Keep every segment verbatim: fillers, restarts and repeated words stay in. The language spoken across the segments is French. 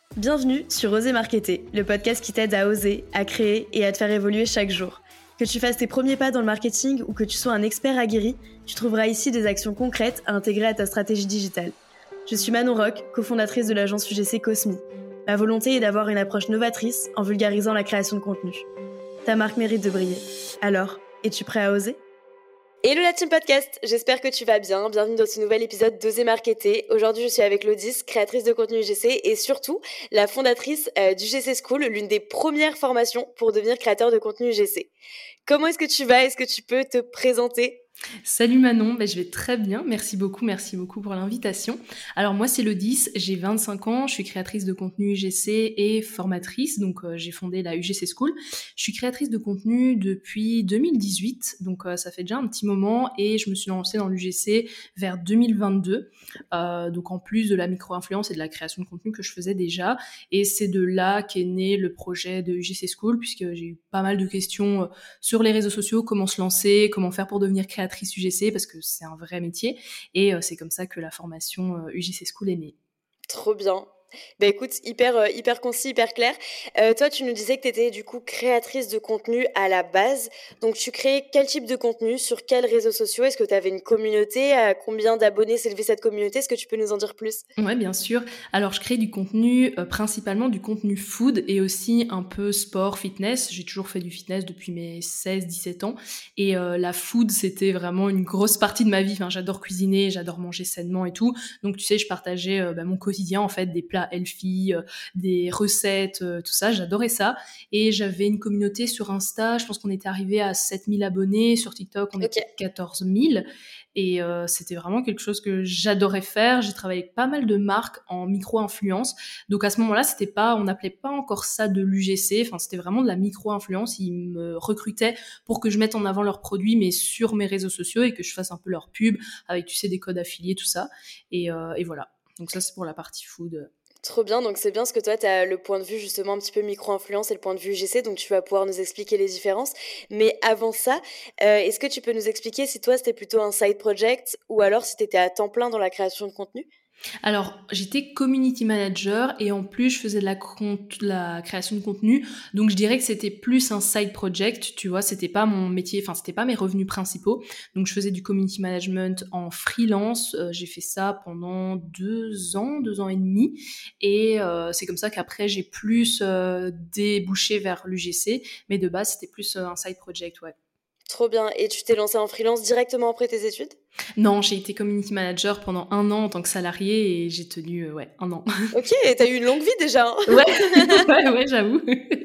Bienvenue sur Oser Marketer, le podcast qui t'aide à oser, à créer et à te faire évoluer chaque jour. Que tu fasses tes premiers pas dans le marketing ou que tu sois un expert aguerri, tu trouveras ici des actions concrètes à intégrer à ta stratégie digitale. Je suis Manon Roch, cofondatrice de l'agence U G C Cosmi. Ma volonté est d'avoir une approche novatrice en vulgarisant la création de contenu. Ta marque mérite de briller. Alors, es-tu prêt à oser ? Hello la team podcast, j'espère que tu vas bien. Bienvenue dans ce nouvel épisode d'Oser Marketer. Aujourd'hui, je suis avec Laudis, créatrice de contenu U G C et surtout la fondatrice euh, d'U G C School, l'une des premières formations pour devenir créateur de contenu U G C. Comment est-ce que tu vas ? Est-ce que tu peux te présenter ? Salut Manon, ben, je vais très bien, merci beaucoup, merci beaucoup pour l'invitation. Alors moi c'est Laudis, j'ai vingt-cinq ans, je suis créatrice de contenu U G C et formatrice, donc euh, j'ai fondé la U G C School. Je suis créatrice de contenu depuis deux mille dix-huit, donc euh, ça fait déjà un petit moment et je me suis lancée dans l'U G C vers deux mille vingt-deux, euh, donc en plus de la micro-influence et de la création de contenu que je faisais déjà, et c'est de là qu'est né le projet de U G C School, puisque j'ai eu pas mal de questions euh, sur les réseaux sociaux, comment se lancer, comment faire pour devenir créatrice U G C, parce que c'est un vrai métier, et euh, c'est comme ça que la formation euh, U G C School est née. Trop bien. Bah écoute, hyper, euh, hyper concis, hyper clair. Euh, toi, tu nous disais que tu étais du coup créatrice de contenu à la base. Donc, tu crées quel type de contenu ? Sur quels réseaux sociaux ? Est-ce que tu avais une communauté ? À combien d'abonnés s'élevait cette communauté ? Est-ce que tu peux nous en dire plus ? Ouais, bien sûr. Alors, je crée du contenu, euh, principalement du contenu food et aussi un peu sport, fitness. J'ai toujours fait du fitness depuis mes seize dix-sept ans. Et euh, la food, c'était vraiment une grosse partie de ma vie. Enfin, j'adore cuisiner, j'adore manger sainement et tout. Donc, tu sais, je partageais euh, bah, mon quotidien, en fait, des plats healthy, euh, des recettes, euh, tout ça. J'adorais ça. Et j'avais une communauté sur Insta. Je pense qu'on était arrivé à sept mille abonnés. Sur TikTok, on Ok. était quatorze mille. Et euh, c'était vraiment quelque chose que j'adorais faire. J'ai travaillé avec pas mal de marques en micro-influence. Donc à ce moment-là, c'était pas, on n'appelait pas encore ça de l'U G C. Enfin, c'était vraiment de la micro-influence. Ils me recrutaient pour que je mette en avant leurs produits, mais sur mes réseaux sociaux, et que je fasse un peu leur pub avec, tu sais, des codes affiliés, tout ça. Et, euh, et voilà. Donc ça, c'est pour la partie food. Trop bien, donc c'est bien parce que toi, tu as le point de vue justement un petit peu micro-influence et le point de vue U G C, donc tu vas pouvoir nous expliquer les différences. Mais avant ça, euh, est-ce que tu peux nous expliquer si toi, c'était plutôt un side project ou alors si tu étais à temps plein dans la création de contenu ? Alors, j'étais community manager et en plus, je faisais de la, con- la création de contenu. Donc, je dirais que c'était plus un side project, tu vois. C'était pas mon métier, enfin, c'était pas mes revenus principaux. Donc, je faisais du community management en freelance. Euh, j'ai fait ça pendant deux ans, deux ans et demi. Et euh, c'est comme ça qu'après, j'ai plus euh, débouché vers l'U G C. Mais de base, c'était plus euh, un side project, ouais. Trop bien. Et tu t'es lancé en freelance directement après tes études ? Non, j'ai été community manager pendant un an en tant que salarié et j'ai tenu, euh, ouais, un an. Ok, t'as eu une longue vie déjà, hein ? Ouais, ouais, ouais, j'avoue.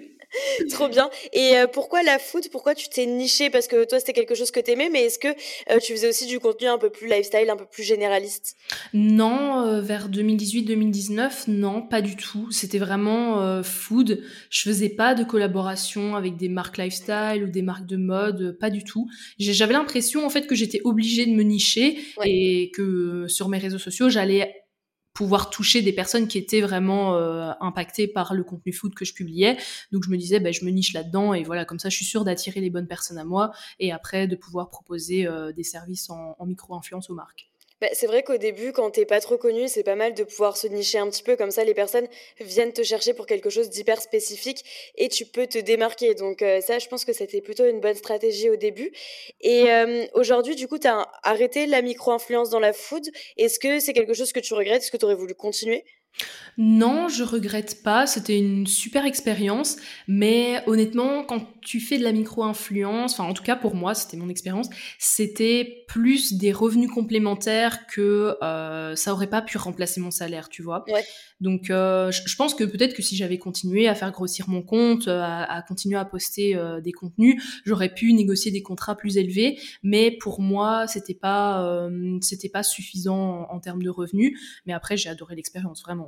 Trop bien. Et euh, pourquoi la food ? Pourquoi tu t'es nichée ? Parce que toi, c'était quelque chose que t'aimais, mais est-ce que euh, tu faisais aussi du contenu un peu plus lifestyle, un peu plus généraliste ? Non, euh, vers deux mille dix-huit deux mille dix-neuf, non, pas du tout. C'était vraiment euh, food. Je faisais pas de collaboration avec des marques lifestyle ou des marques de mode, euh, pas du tout. J'ai- J'avais l'impression en fait que j'étais obligée de me nicher Ouais. et que euh, sur mes réseaux sociaux, j'allais pouvoir toucher des personnes qui étaient vraiment euh, impactées par le contenu food que je publiais. Donc je me disais, ben, je me niche là-dedans et voilà, comme ça je suis sûre d'attirer les bonnes personnes à moi et après de pouvoir proposer euh, des services en, en micro-influence aux marques. Bah, c'est vrai qu'au début, quand t'es pas trop connu, c'est pas mal de pouvoir se nicher un petit peu, comme ça les personnes viennent te chercher pour quelque chose d'hyper spécifique et tu peux te démarquer. Donc euh, ça, je pense que c'était plutôt une bonne stratégie au début. Et euh, aujourd'hui, du coup, t'as un- arrêté la micro-influence dans la food. Est-ce que c'est quelque chose que tu regrettes ? Est-ce que tu aurais voulu continuer ? Non, je regrette pas, c'était une super expérience, mais honnêtement, quand tu fais de la micro-influence, enfin en tout cas pour moi, c'était mon expérience, c'était plus des revenus complémentaires que euh, ça aurait pas pu remplacer mon salaire, tu vois. Ouais. Donc euh, je je pense que peut-être que si j'avais continué à faire grossir mon compte, euh, à, à continuer à poster euh, des contenus, j'aurais pu négocier des contrats plus élevés, mais pour moi, c'était pas, euh, c'était pas suffisant en, en termes de revenus, mais après j'ai adoré l'expérience, vraiment.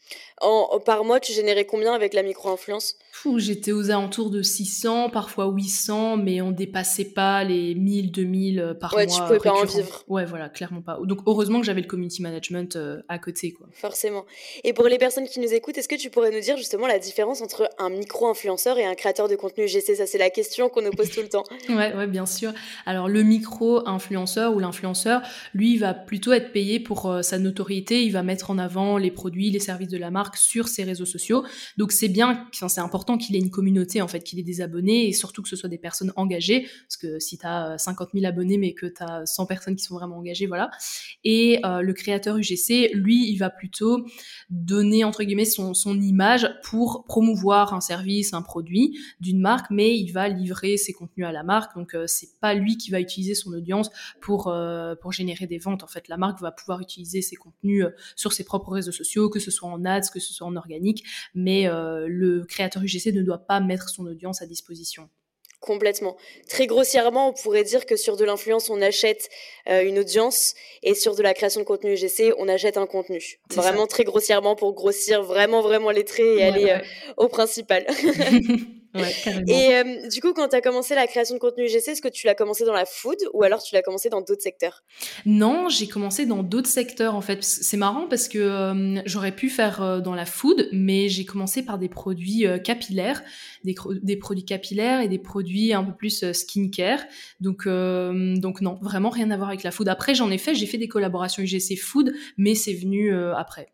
En, en- par mois, tu générais combien avec la micro-influence ? Fou, j'étais aux alentours de six cents, parfois huit cents, mais on dépassait pas les mille, deux mille euh, par Ouais, tu mois euh, pouvais pas en récurrents. vivre. Ouais, voilà, clairement pas. Donc heureusement que j'avais le community management euh, à côté, quoi. Forcément. Et pour les personnes qui nous écoutent, est-ce que tu pourrais nous dire justement la différence entre un micro-influenceur et un créateur de contenu U G C ? Ça, c'est la question qu'on nous pose tout le temps. Ouais, ouais, bien sûr. Alors le micro-influenceur ou l'influenceur, lui, il va plutôt être payé pour euh, sa notoriété. Il va mettre en avant les produits, les services de de la marque sur ses réseaux sociaux. Donc c'est bien, enfin, c'est important qu'il ait une communauté en fait, qu'il ait des abonnés et surtout que ce soit des personnes engagées, parce que si tu as cinquante mille abonnés mais que tu as cent personnes qui sont vraiment engagées, voilà. Et euh, le créateur U G C, lui, il va plutôt donner entre guillemets son, son image pour promouvoir un service, un produit d'une marque, mais il va livrer ses contenus à la marque. Donc euh, c'est pas lui qui va utiliser son audience pour euh, pour générer des ventes. En fait, la marque va pouvoir utiliser ses contenus euh, sur ses propres réseaux sociaux, que ce soit en ads, que ce soit en organique, mais euh, le créateur U G C ne doit pas mettre son audience à disposition. Complètement. Très grossièrement, on pourrait dire que sur de l'influence, on achète euh, une audience et sur de la création de contenu U G C, on achète un contenu. C'est vraiment ça. très grossièrement pour grossir vraiment, vraiment les traits et Ouais, aller ouais. euh, au principal. Ouais, carrément. Et euh, du coup, quand tu as commencé la création de contenu U G C, est-ce que tu l'as commencé dans la food ou alors tu l'as commencé dans d'autres secteurs? Non, j'ai commencé dans d'autres secteurs en fait. C'est marrant parce que euh, j'aurais pu faire euh, dans la food, mais j'ai commencé par des produits euh, capillaires, des, des produits capillaires et des produits un peu plus euh, skincare. Donc, euh, donc non, vraiment rien à voir avec la food. Après, j'en ai fait, j'ai fait des collaborations U G C food, mais c'est venu euh, après.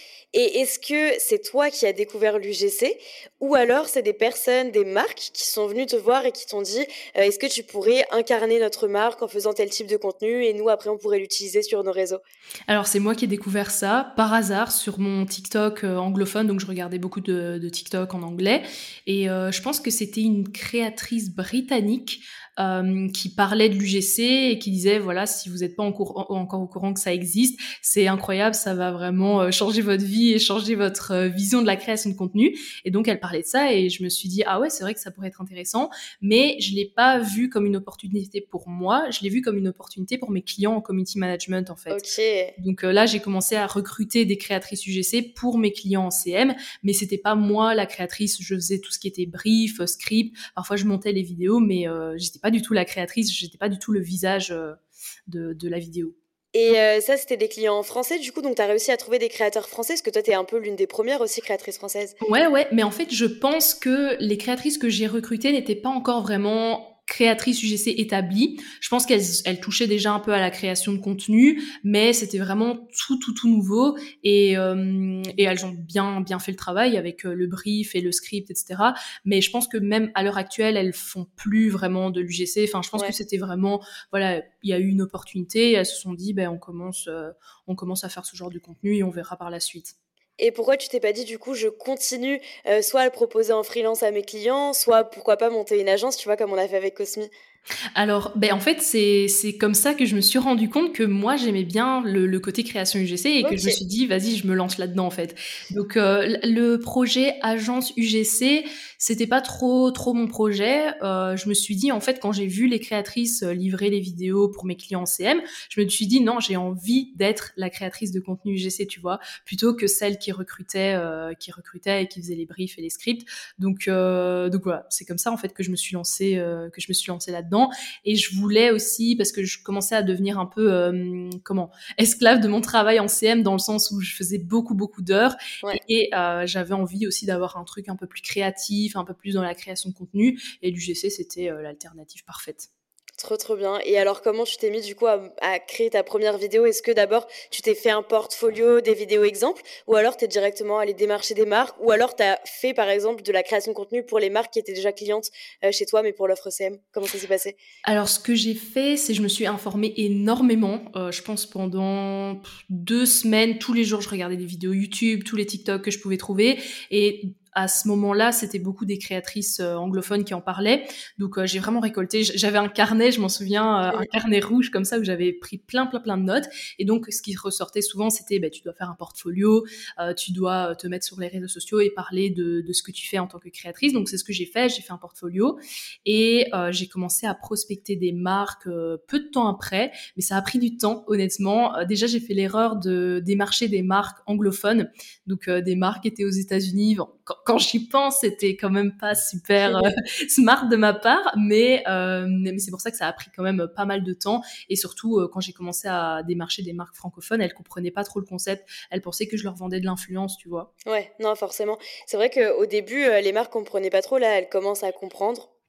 Et est-ce que c'est toi qui as découvert l'U G C ou alors c'est des personnes, des marques qui sont venues te voir et qui t'ont dit euh, est-ce que tu pourrais incarner notre marque en faisant tel type de contenu et nous après on pourrait l'utiliser sur nos réseaux? Alors c'est moi qui ai découvert ça par hasard sur mon TikTok euh, anglophone, donc je regardais beaucoup de, de TikTok en anglais et euh, je pense que c'était une créatrice britannique euh, qui parlait de l'U G C et qui disait voilà, si vous n'êtes pas en cour- en- encore au courant que ça existe, c'est incroyable, ça va vraiment euh, changer votre vie et changer votre euh, vision de la création de contenu. Et donc elle parlait de ça et je me suis dit ah ouais, c'est vrai que ça pourrait être intéressant, mais je l'ai pas vu comme une opportunité pour moi, je l'ai vu comme une opportunité pour mes clients en community management en fait. Ok. Donc euh, là, j'ai commencé à recruter des créatrices U G C pour mes clients en C M, mais c'était pas moi la créatrice. Je faisais tout ce qui était brief, euh, script. Parfois, je montais les vidéos, mais euh, j'étais pas du tout la créatrice. J'étais pas du tout le visage euh, de, de la vidéo. Et euh, ça, c'était des clients français du coup, donc tu as réussi à trouver des créateurs français, parce que toi, tu es un peu l'une des premières aussi créatrices françaises. Ouais, ouais, mais en fait, je pense que les créatrices que j'ai recrutées n'étaient pas encore vraiment créatrices U G C établies. Je pense qu'elles elles touchaient déjà un peu à la création de contenu, mais c'était vraiment tout, tout, tout nouveau. Et, euh, et elles ont bien, bien fait le travail avec euh, le brief et le script, et cetera. Mais je pense que même à l'heure actuelle, elles font plus vraiment de l'U G C. Enfin, je pense Ouais. que c'était vraiment, voilà, il y a eu une opportunité. Et elles se sont dit, ben, on commence, euh, on commence à faire ce genre de contenu et on verra par la suite. Et pourquoi tu t'es pas dit du coup je continue euh, soit à le proposer en freelance à mes clients, soit pourquoi pas monter une agence, tu vois, comme on a fait avec Cosmi? Alors, ben en fait, c'est c'est comme ça que je me suis rendu compte que moi j'aimais bien le, le côté création U G C et que je me Ok. suis dit vas-y, je me lance là-dedans en fait. Donc euh, le projet agence U G C, c'était pas trop trop mon projet. Euh, je me suis dit en fait quand j'ai vu les créatrices euh, livrer les vidéos pour mes clients en C M, je me suis dit non, j'ai envie d'être la créatrice de contenu U G C, tu vois, plutôt que celle qui recrutait euh, qui recrutait et qui faisait les briefs et les scripts. Donc euh, donc voilà, c'est comme ça en fait que je me suis lancée euh, que je me suis lancée là-dedans. Et je voulais aussi, parce que je commençais à devenir un peu, euh, comment, esclave de mon travail en C M, dans le sens où je faisais beaucoup, beaucoup d'heures. Ouais. Et euh, j'avais envie aussi d'avoir un truc un peu plus créatif, un peu plus dans la création de contenu. Et l'U G C, c'était euh, l'alternative parfaite. Trop trop bien. Et alors comment tu t'es mis du coup à, à créer ta première vidéo? Est-ce que d'abord tu t'es fait un portfolio des vidéos exemples ou alors t'es directement allé démarcher des marques ou alors t'as fait par exemple de la création de contenu pour les marques qui étaient déjà clientes euh, chez toi mais pour l'offre C M? Comment ça s'est passé? Alors, ce que j'ai fait, c'est je me suis informée énormément. Euh, je pense pendant pff, deux semaines, tous les jours, je regardais des vidéos YouTube, tous les TikTok que je pouvais trouver. Et à ce moment-là, c'était beaucoup des créatrices euh, anglophones qui en parlaient. Donc, euh, j'ai vraiment récolté. J- J'avais un carnet, je m'en souviens, euh, un carnet rouge comme ça où j'avais pris plein, plein, plein de notes. Et donc, ce qui ressortait souvent, c'était bah, tu dois faire un portfolio, euh, tu dois te mettre sur les réseaux sociaux et parler de, de ce que tu fais en tant que créatrice. Donc, c'est ce que j'ai fait. J'ai fait un portfolio et euh, j'ai commencé à prospecter des marques euh, peu de temps après, mais ça a pris du temps, honnêtement. Euh, déjà, j'ai fait l'erreur de démarcher des marques anglophones, donc euh, des marques qui étaient aux États-Unis. Bon, quand, quand j'y pense, c'était quand même pas super euh, smart de ma part, mais, euh, mais c'est pour ça que ça a pris quand même pas mal de temps. Et surtout, euh, quand j'ai commencé à démarcher des marques francophones, elles comprenaient pas trop le concept. Elles pensaient que je leur vendais de l'influence, tu vois. Ouais, non, forcément. C'est vrai qu'au début, euh, les marques comprenaient pas trop. Là, elles commencent à comprendre.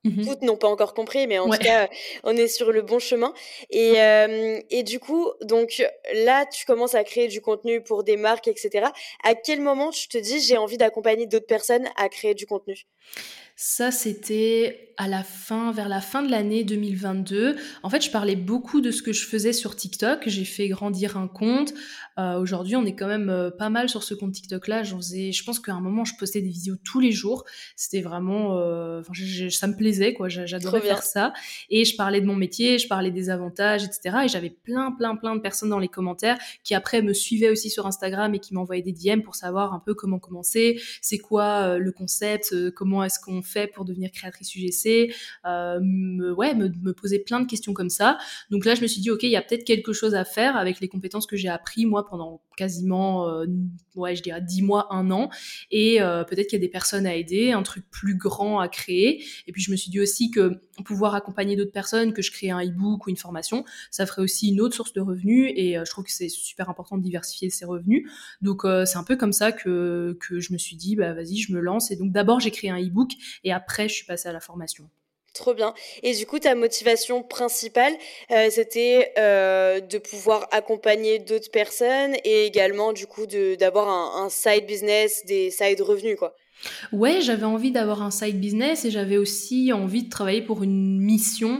Mmh. toutes n'ont pas encore compris, mais en Ouais. tout cas, on est sur le bon chemin. Et, euh, et du coup, donc là, tu commences à créer du contenu pour des marques, et cetera. À quel moment tu te dis, j'ai envie d'accompagner d'autres personnes à créer du contenu? Ça, c'était à la fin, vers la fin de l'année deux mille vingt-deux. En fait, je parlais beaucoup de ce que je faisais sur TikTok. J'ai fait grandir un compte. Euh, aujourd'hui, on est quand même euh, pas mal sur ce compte TikTok-là. J'en faisais, je pense qu'à un moment, je postais des vidéos tous les jours. C'était vraiment, euh, enfin, je- je- ça me plaisait, quoi. J'a- Trop J'adorais bien. faire ça. Et je parlais de mon métier, je parlais des avantages, et cetera. Et j'avais plein, plein, plein de personnes dans les commentaires qui après me suivaient aussi sur Instagram et qui m'envoyaient des D M pour savoir un peu comment commencer, c'est quoi euh, le concept, euh, comment est-ce qu'on fait pour devenir créatrice U G C, euh, me, ouais, me, me poser plein de questions comme ça. Donc là, je me suis dit, ok, il y a peut-être quelque chose à faire avec les compétences que j'ai appris moi pendant quasiment, euh, ouais, je dirais dix mois, un an, et euh, peut-être qu'il y a des personnes à aider, un truc plus grand à créer. Et puis je me suis dit aussi que pouvoir accompagner d'autres personnes, que je crée un e-book ou une formation, ça ferait aussi une autre source de revenus. Et euh, je trouve que c'est super important de diversifier ses revenus. Donc euh, c'est un peu comme ça que que je me suis dit, bah vas-y, je me lance. Et donc d'abord j'ai créé un e-book et après je suis passée à la formation. Trop bien. Et du coup, ta motivation principale, euh, c'était euh, de pouvoir accompagner d'autres personnes et également, du coup, de, d'avoir un, un side business, des side revenus, quoi. Ouais, j'avais envie d'avoir un side business et j'avais aussi envie de travailler pour une mission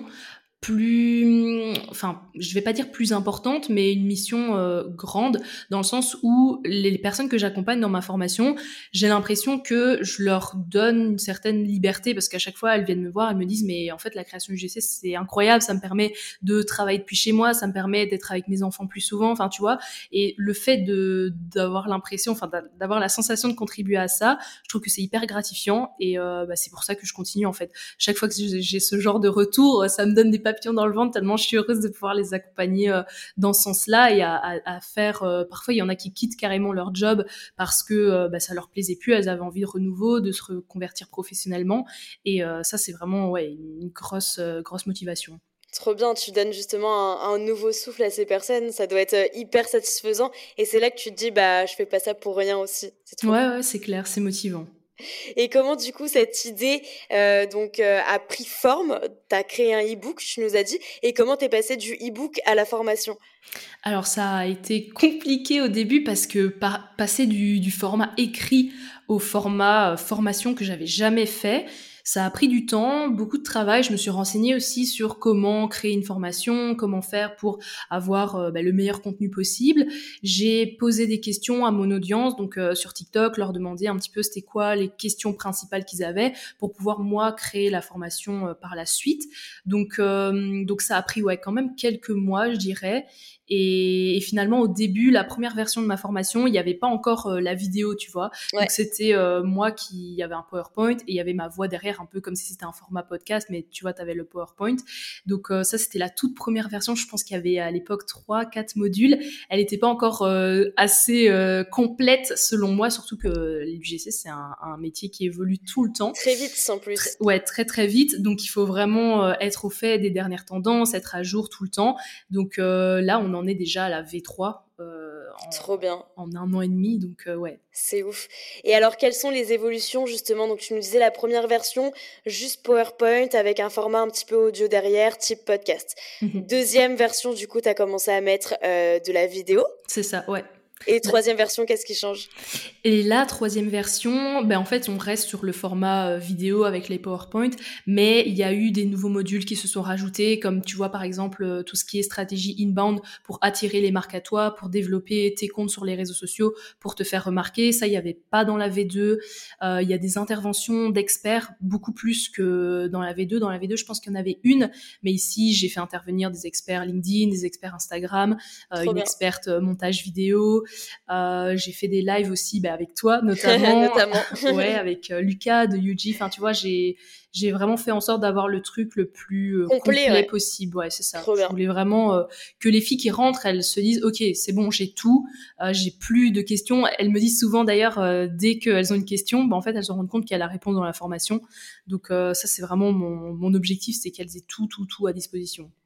plus, enfin, je vais pas dire plus importante, mais une mission euh, grande, dans le sens où les personnes que j'accompagne dans ma formation, j'ai l'impression que je leur donne une certaine liberté, parce qu'à chaque fois, elles viennent me voir, elles me disent, mais en fait, la création U G C, c'est incroyable, ça me permet de travailler depuis chez moi, ça me permet d'être avec mes enfants plus souvent, enfin, tu vois, et le fait de d'avoir l'impression, enfin, d'avoir la sensation de contribuer à ça, je trouve que c'est hyper gratifiant, et euh, bah, c'est pour ça que je continue, en fait. Chaque fois que j'ai ce genre de retour, ça me donne des papillons dans le ventre tellement je suis heureuse de pouvoir les accompagner euh, dans ce sens-là et à, à, à faire. Euh, parfois, il y en a qui quittent carrément leur job parce que euh, bah, ça leur plaisait plus, elles avaient envie de renouveau, de se reconvertir professionnellement, et euh, ça, c'est vraiment ouais une grosse euh, grosse motivation. Trop bien, tu donnes justement un, un nouveau souffle à ces personnes, ça doit être euh, hyper satisfaisant. Et c'est là que tu te dis, bah, je fais pas ça pour rien aussi. C'est trop Ouais, cool. ouais, c'est clair, c'est motivant. Et comment du coup cette idée euh, donc euh, a pris forme? T'as créé un e-book, tu nous as dit, et comment t'es passé du e-book à la formation? Alors ça a été compliqué au début parce que par, passer du, du format écrit au format euh, formation que j'avais jamais fait, ça a pris du temps, beaucoup de travail. Je me suis renseignée aussi sur comment créer une formation, comment faire pour avoir euh, bah, le meilleur contenu possible. J'ai posé des questions à mon audience, donc euh, sur TikTok, leur demander un petit peu c'était quoi les questions principales qu'ils avaient pour pouvoir moi créer la formation euh, par la suite. Donc euh, donc ça a pris ouais quand même quelques mois, je dirais. Et, et finalement, au début, la première version de ma formation, il n'y avait pas encore euh, la vidéo, tu vois. Ouais. Donc c'était euh, moi qui avait un PowerPoint et il y avait ma voix derrière, un peu comme si c'était un format podcast, mais tu vois, tu avais le PowerPoint. Donc euh, ça, c'était la toute première version. Je pense qu'il y avait à l'époque trois, quatre modules. Elle n'était pas encore euh, assez euh, complète selon moi, surtout que l'U G C, c'est un, un métier qui évolue tout le temps. Très vite, sans Très, plus. ouais, très très vite. Donc il faut vraiment euh, être au fait des dernières tendances, être à jour tout le temps. Donc euh, là, on en est déjà à la V trois euh, Trop bien. en, en un an et demi. Donc euh, ouais. C'est ouf. Et alors, quelles sont les évolutions justement? Donc, tu nous disais la première version, juste PowerPoint avec un format un petit peu audio derrière, type podcast. Mhm. Deuxième version, du coup, tu as commencé à mettre euh, de la vidéo. C'est ça, ouais. Et troisième version, qu'est-ce qui change? Et la troisième version, ben en fait, on reste sur le format euh, vidéo avec les PowerPoint, mais il y a eu des nouveaux modules qui se sont rajoutés, comme tu vois par exemple euh, tout ce qui est stratégie inbound pour attirer les marques à toi, pour développer tes comptes sur les réseaux sociaux, pour te faire remarquer. Ça, il y avait pas dans la V deux. Euh, il y a des interventions d'experts beaucoup plus que dans la V deux. Dans la V deux, je pense qu'il y en avait une, mais ici, j'ai fait intervenir des experts LinkedIn, des experts Instagram, euh, Trop une bien. experte euh, montage vidéo. Euh, j'ai fait des lives aussi bah, avec toi notamment, Notamment. ouais, avec euh, Lucas de U G. Enfin, tu vois, j'ai j'ai vraiment fait en sorte d'avoir le truc le plus euh, Complet, complet ouais. possible. Ouais, c'est ça. Trop Je bien. voulais vraiment euh, que les filles qui rentrent, elles se disent, ok, c'est bon, j'ai tout, euh, j'ai plus de questions. Elles me disent souvent d'ailleurs, euh, dès qu'elles ont une question, bah, en fait, elles se rendent compte qu'il y a la réponse dans la formation. Donc euh, ça, c'est vraiment mon, mon objectif, c'est qu'elles aient tout, tout, tout à disposition.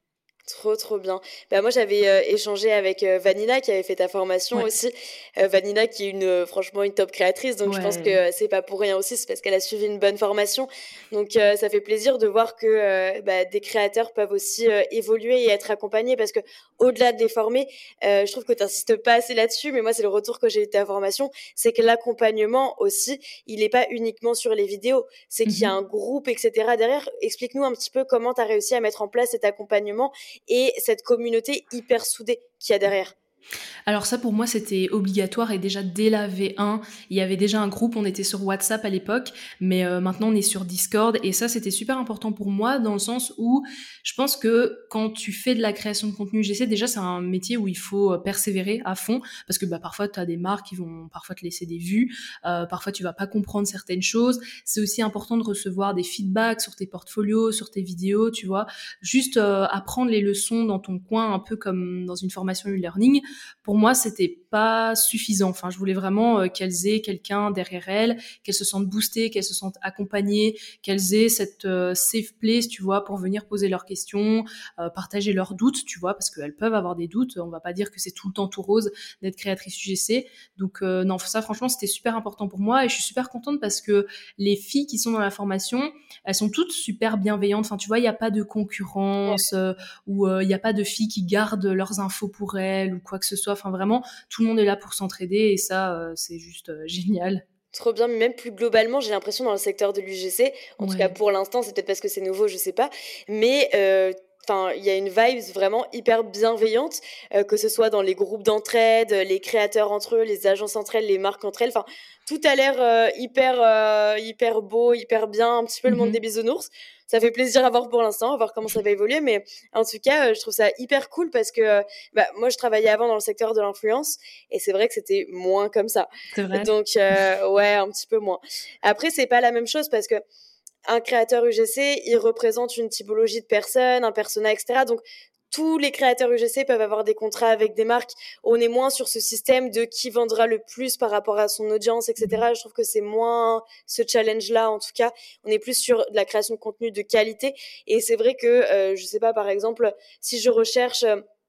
Trop, trop bien. Bah, moi, j'avais euh, échangé avec euh, Vanina qui avait fait ta formation Ouais, aussi. Euh, Vanina qui est une, euh, franchement une top créatrice. Donc, je pense que ouais. euh, c'est pas pour rien aussi. C'est parce qu'elle a suivi une bonne formation. Donc, euh, ça fait plaisir de voir que euh, bah, des créateurs peuvent aussi euh, évoluer et être accompagnés parce que au-delà de les former, euh, je trouve que tu n'insistes pas assez là-dessus. Mais moi, c'est le retour que j'ai eu de ta formation. C'est que l'accompagnement aussi, il n'est pas uniquement sur les vidéos. C'est qu'il y a un Mhm. groupe, et cetera derrière. Explique-nous un petit peu comment tu as réussi à mettre en place cet accompagnement et cette communauté hyper soudée qu'il y a derrière. Alors ça, pour moi, c'était obligatoire et déjà dès la V un, il y avait déjà un groupe, on était sur WhatsApp à l'époque, mais euh, maintenant on est sur Discord et ça, c'était super important pour moi dans le sens où je pense que quand tu fais de la création de contenu U G C, déjà c'est un métier où il faut euh, persévérer à fond parce que bah, parfois tu as des marques qui vont parfois te laisser des vues, euh, parfois tu vas pas comprendre certaines choses. C'est aussi important de recevoir des feedbacks sur tes portfolios, sur tes vidéos, tu vois, juste euh, apprendre les leçons dans ton coin, un peu comme dans une formation e-learning. Pour moi, c'était pas suffisant. Enfin, je voulais vraiment euh, qu'elles aient quelqu'un derrière elles, qu'elles se sentent boostées, qu'elles se sentent accompagnées, qu'elles aient cette euh, safe place, tu vois, pour venir poser leurs questions, euh, partager leurs doutes, tu vois, parce qu'elles peuvent avoir des doutes. On va pas dire que c'est tout le temps tout rose d'être créatrice U G C. Donc euh, non, ça franchement, c'était super important pour moi et je suis super contente parce que les filles qui sont dans la formation, elles sont toutes super bienveillantes. Enfin, tu vois, il y a pas de Ouais. concurrence euh, ou il euh, y a pas de filles qui gardent leurs infos pour elles ou quoi que ce soit. Enfin, vraiment, tout le monde est là pour s'entraider et ça, euh, c'est juste euh, génial. Trop bien, mais même plus globalement, j'ai l'impression dans le secteur de l'U G C, en tout cas Ouais. pour l'instant, c'est peut-être parce que c'est nouveau, je sais pas, mais euh, enfin, il y a une vibe vraiment hyper bienveillante, euh, que ce soit dans les groupes d'entraide, les créateurs entre eux, les agences entre elles, les marques entre elles, enfin, tout a l'air euh, hyper, euh, hyper beau, hyper bien, un petit peu le monde des Mhm. bisounours. Ça fait plaisir à voir pour l'instant, à voir comment ça va évoluer, mais en tout cas, euh, je trouve ça hyper cool parce que euh, bah, moi, je travaillais avant dans le secteur de l'influence et c'est vrai que c'était moins comme ça. C'est vrai. Donc, euh, ouais, un petit peu moins. Après, c'est pas la même chose parce que un créateur U G C, il représente une typologie de personnes, un persona, et cetera. Donc, tous les créateurs U G C peuvent avoir des contrats avec des marques. On est moins sur ce système de qui vendra le plus par rapport à son audience, et cetera. Je trouve que c'est moins ce challenge-là, en tout cas. On est plus sur de la création de contenu de qualité. Et c'est vrai que, euh, je sais pas, par exemple, si je recherche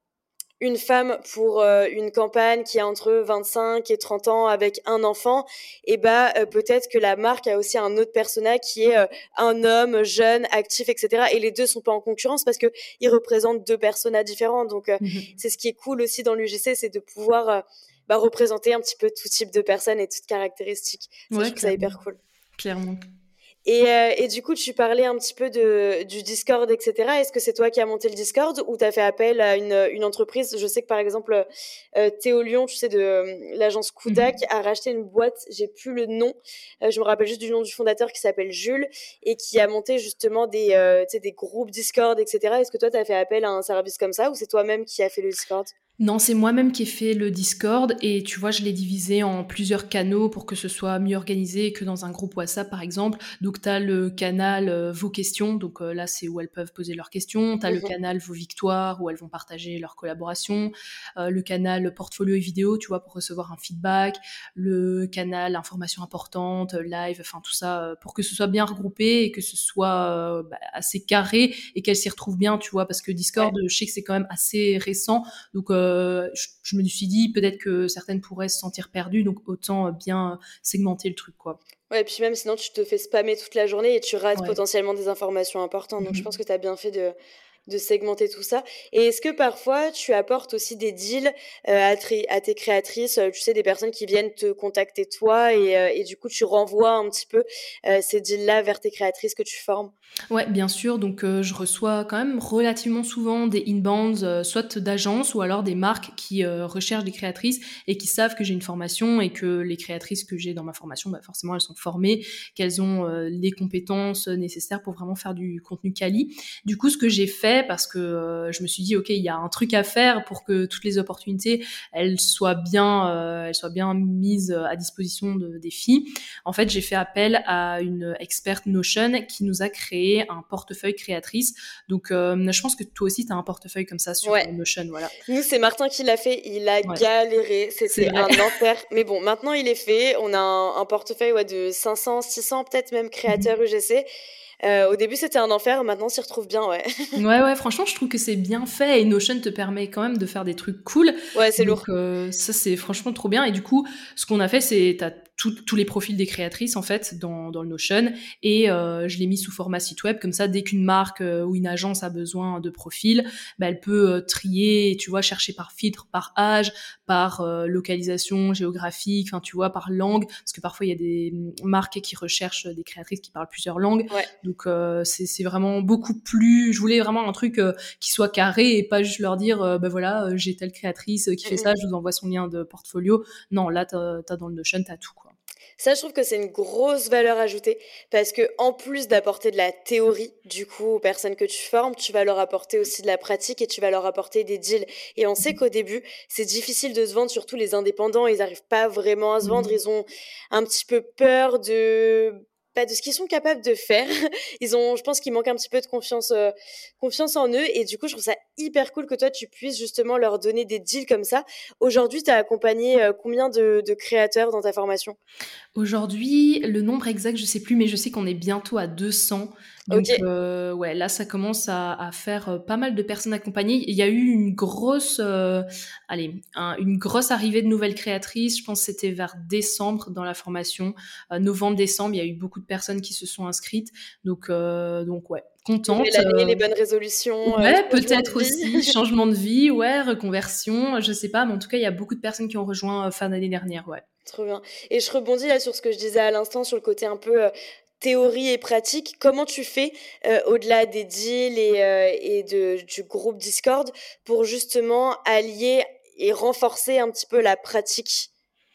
une femme pour euh, une campagne qui a entre vingt-cinq et trente ans avec un enfant, et bah euh, peut-être que la marque a aussi un autre persona qui est euh, un homme jeune, actif, et cetera. Et les deux sont pas en concurrence parce que ils représentent deux personas différents. Donc euh, Mhm. c'est ce qui est cool aussi dans l'U G C, c'est de pouvoir euh, bah, représenter un petit peu tout type de personnes et toutes caractéristiques. Ça, je Ouais, trouve ça clairement. hyper cool. Clairement. Et, euh, et du coup, tu parlais un petit peu de, du Discord, et cetera. Est-ce que c'est toi qui as monté le Discord ou tu as fait appel à une, une entreprise? Je sais que par exemple, euh, Théo Lyon, tu sais, de euh, l'agence Kudak, Mhm. a racheté une boîte, j'ai plus le nom, euh, je me rappelle juste du nom du fondateur qui s'appelle Jules et qui a monté justement des, euh, tu sais, des groupes Discord, et cetera. Est-ce que toi, tu as fait appel à un service comme ça ou c'est toi-même qui a fait le Discord? Non, c'est moi-même qui ai fait le Discord et tu vois, je l'ai divisé en plusieurs canaux pour que ce soit mieux organisé que dans un groupe WhatsApp par exemple. Donc tu as le canal euh, Vos questions, donc euh, là c'est où elles peuvent poser leurs questions. Tu as le Mhm. canal Vos victoires où elles vont partager leurs collaborations. Euh, le canal Portfolio et vidéo, tu vois, pour recevoir un feedback. Le canal Informations importantes, live, enfin tout ça euh, pour que ce soit bien regroupé et que ce soit euh, bah, assez carré et qu'elles s'y retrouvent bien, tu vois, parce que Ouais. Discord, je sais que c'est quand même assez récent. Donc, euh, je, je me suis dit peut-être que certaines pourraient se sentir perdues, donc autant bien segmenter le truc, quoi. Ouais, et puis même sinon, tu te fais spammer toute la journée et tu rates Ouais. potentiellement des informations importantes. Donc, je pense Mhm. que tu as bien fait de, de segmenter tout ça. Et est-ce que parfois, tu apportes aussi des deals euh, à, tri- à tes créatrices, euh, tu sais, des personnes qui viennent te contacter toi et, euh, et du coup, tu renvoies un petit peu euh, ces deals-là vers tes créatrices que tu formes? Ouais, bien sûr. Donc, euh, je reçois quand même relativement souvent des inbounds, euh, soit d'agences ou alors des marques qui euh, recherchent des créatrices et qui savent que j'ai une formation et que les créatrices que j'ai dans ma formation, bah, forcément, elles sont formées, qu'elles ont euh, les compétences nécessaires pour vraiment faire du contenu quali. Du coup, ce que j'ai fait, parce que euh, je me suis dit, ok, il y a un truc à faire pour que toutes les opportunités, elles soient bien, euh, elles soient bien mises à disposition de, des filles. En fait, j'ai fait appel à une experte Notion qui nous a créé un portefeuille créatrice. Donc, euh, je pense que toi aussi, tu as un portefeuille comme ça sur Ouais. euh, Notion, voilà. Nous, c'est Martin qui l'a fait. Il a Ouais, galéré. c'est C'était vrai. un enfer. Mais bon, maintenant, il est fait. On a un, un portefeuille ouais, de cinq cents, six cents, peut-être même créateurs U G C. Euh, au début, c'était un enfer. Maintenant, on s'y retrouve bien, ouais. Ouais, ouais, franchement, je trouve que c'est bien fait et Notion te permet quand même de faire des trucs cool. Ouais, c'est Donc, lourd. euh, ça, c'est franchement trop bien. Et du coup, ce qu'on a fait, c'est t'as tout- tous les profils des créatrices, en fait, dans, dans le Notion. Et euh, je l'ai mis sous format site web. Comme ça, dès qu'une marque euh, ou une agence a besoin de profils, bah, elle peut euh, trier, tu vois, chercher par filtre, par âge, par euh, localisation géographique, enfin, tu vois, par langue. Parce que parfois, il y a des mm, marques qui recherchent des créatrices qui parlent plusieurs langues. Ouais. Donc, euh, c'est c'est vraiment beaucoup plus... Je voulais vraiment un truc euh, qui soit carré et pas juste leur dire, euh, ben voilà, euh, j'ai telle créatrice euh, qui fait Mm, ça, mm. je vous envoie son lien de portfolio. Non, là, t'as, t'as dans le Notion, t'as tout, quoi. Ça, je trouve que c'est une grosse valeur ajoutée parce que en plus d'apporter de la théorie, du coup, aux personnes que tu formes, tu vas leur apporter aussi de la pratique et tu vas leur apporter des deals. Et on sait qu'au début, c'est difficile de se vendre, surtout les indépendants, ils n'arrivent pas vraiment à se vendre, Mhm. ils ont un petit peu peur de pas de ce qu'ils sont capables de faire. Ils ont, je pense qu'ils manquent un petit peu de confiance, euh, confiance en eux. Et du coup, je trouve ça hyper cool que toi, tu puisses justement leur donner des deals comme ça. Aujourd'hui, tu as accompagné euh, combien de, de créateurs dans ta formation? Aujourd'hui, le nombre exact, je sais plus, mais je sais qu'on est bientôt à deux cents. Ok. Donc, euh, ouais, là, ça commence à, à faire euh, pas mal de personnes accompagnées. Il y a eu une grosse, euh, allez, un- une grosse arrivée de nouvelles créatrices. Je pense que c'était vers décembre dans la formation, euh, novembre-décembre. Il y a eu beaucoup de personnes qui se sont inscrites. Donc, euh, donc ouais, Nouvelle contente. année, euh, les bonnes résolutions, euh, Ouais, changement peut-être de aussi vie. changement de vie, ouais, reconversion, je sais pas, mais en tout cas, il y a beaucoup de personnes qui ont rejoint euh, fin d'année dernière, ouais. Trop bien. Et je rebondis là sur ce que je disais à l'instant, sur le côté un peu euh, théorie et pratique. Comment tu fais, euh, au-delà des deals et, euh, et de, du groupe Discord, pour justement allier et renforcer un petit peu la pratique?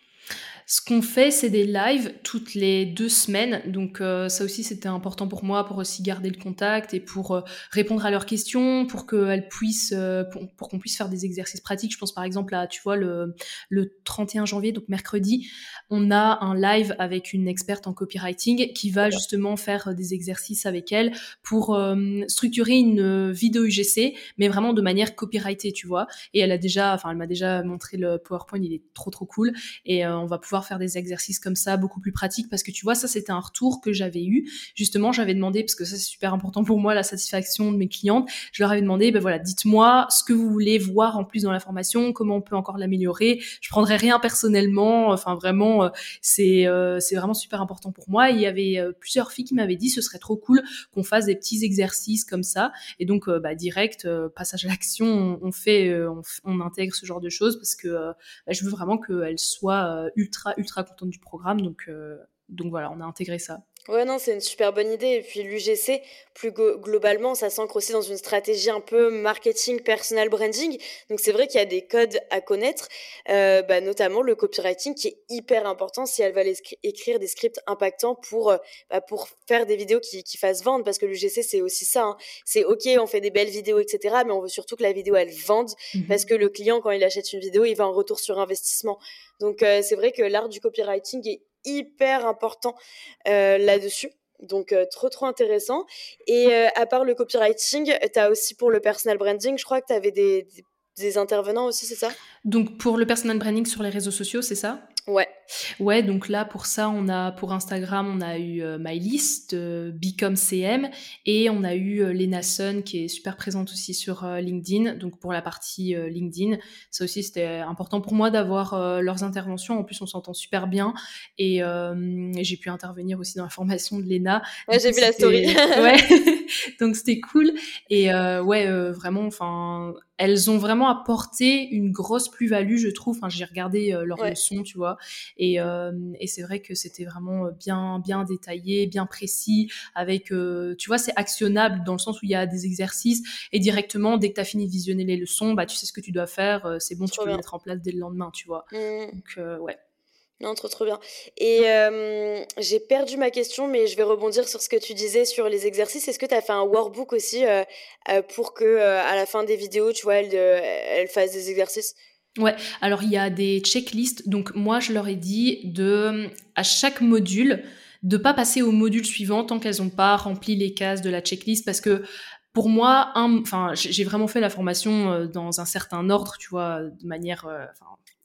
Ce qu'on fait, c'est des lives toutes les deux semaines. Donc euh, ça aussi, c'était important pour moi, pour aussi garder le contact et pour euh, répondre à leurs questions, pour qu'elles puissent, euh, pour, pour qu'on puisse faire des exercices pratiques. Je pense par exemple à, tu vois, le, le trente et un janvier, donc mercredi, on a un live avec une experte en copywriting qui Trop va bien. justement faire des exercices avec elle pour euh, structurer une vidéo U G C, mais vraiment de manière copyrightée, tu vois. Et elle a déjà, enfin, elle m'a déjà montré le PowerPoint, il est trop trop cool. Et euh, on va pouvoir faire des exercices comme ça beaucoup plus pratiques parce que tu vois, ça c'était un retour que j'avais eu. Justement, j'avais demandé, parce que ça c'est super important pour moi, la satisfaction de mes clientes, je leur avais demandé, ben voilà, dites-moi ce que vous voulez voir en plus dans la formation, comment on peut encore l'améliorer. Je prendrai rien personnellement, enfin vraiment, euh, c'est euh, c'est vraiment super important pour moi. Et il y avait euh, plusieurs filles qui m'avaient dit, ce serait trop cool qu'on fasse des petits exercices comme ça. Et donc, euh, bah, direct, euh, passage à l'action, on, on fait, euh, on, on intègre ce genre de choses parce que euh, bah, je veux vraiment qu'elle soit euh, ultra, ultra contente du programme. Donc, euh, donc voilà, on a intégré ça. Ouais, non, c'est une super bonne idée. Et puis l'U G C, plus go- globalement, ça s'ancre aussi dans une stratégie un peu marketing, personal branding. Donc c'est vrai qu'il y a des codes à connaître, euh, bah, notamment le copywriting qui est hyper important si elle va aller scri- écrire des scripts impactants pour, euh, bah, pour faire des vidéos qui, qui fassent vendre. Parce que l'U G C, c'est aussi ça, hein. C'est OK, on fait des belles vidéos, et cetera. Mais on veut surtout que la vidéo, elle vende. Parce Mhm. que le client, quand il achète une vidéo, il va en retour sur investissement. Donc euh, c'est vrai que l'art du copywriting est hyper important euh, là-dessus. Donc, euh, trop, trop intéressant. Et euh, à part le copywriting, tu as aussi pour le personal branding, je crois que tu avais des, des, des intervenants aussi, c'est ça? Donc pour le personal branding sur les réseaux sociaux, c'est ça? Ouais. Ouais, donc là pour ça, on a pour Instagram, on a eu euh, MyList, euh, Become C M, et on a eu euh, Lena Sun qui est super présente aussi sur euh, LinkedIn. Donc pour la partie euh, LinkedIn, ça aussi c'était important pour moi d'avoir euh, leurs interventions. En plus, on s'entend super bien et, euh, et j'ai pu intervenir aussi dans la formation de Lena. Ouais, Du j'ai coup, vu la story. c'était ouais, donc c'était cool et euh, ouais, euh, vraiment, enfin, elles ont vraiment apporté une grosse plus-value, je trouve. Enfin, j'ai regardé euh, leurs Ouais. leçons, tu vois. Et, euh, et c'est vrai que c'était vraiment bien, bien détaillé, bien précis, avec, euh, tu vois, c'est actionnable dans le sens où il y a des exercices et directement, dès que tu as fini de visionner les leçons, bah, tu sais ce que tu dois faire, euh, c'est bon, tu Trop peux le bien. mettre en place dès le lendemain, tu vois. Mmh. Donc, euh, ouais. Non, trop, trop bien. Et euh, j'ai perdu ma question, mais je vais rebondir sur ce que tu disais sur les exercices. Est-ce que tu as fait un workbook aussi euh, euh, pour que euh, à la fin des vidéos, tu vois, elle, euh, elle fasse des exercices? Ouais, alors il y a des checklists. Donc moi, je leur ai dit de, à chaque module, de pas passer au module suivant tant qu'elles n'ont pas rempli les cases de la checklist parce que pour moi, un, enfin, j'ai vraiment fait la formation euh, dans un certain ordre, tu vois, de manière, euh, enfin,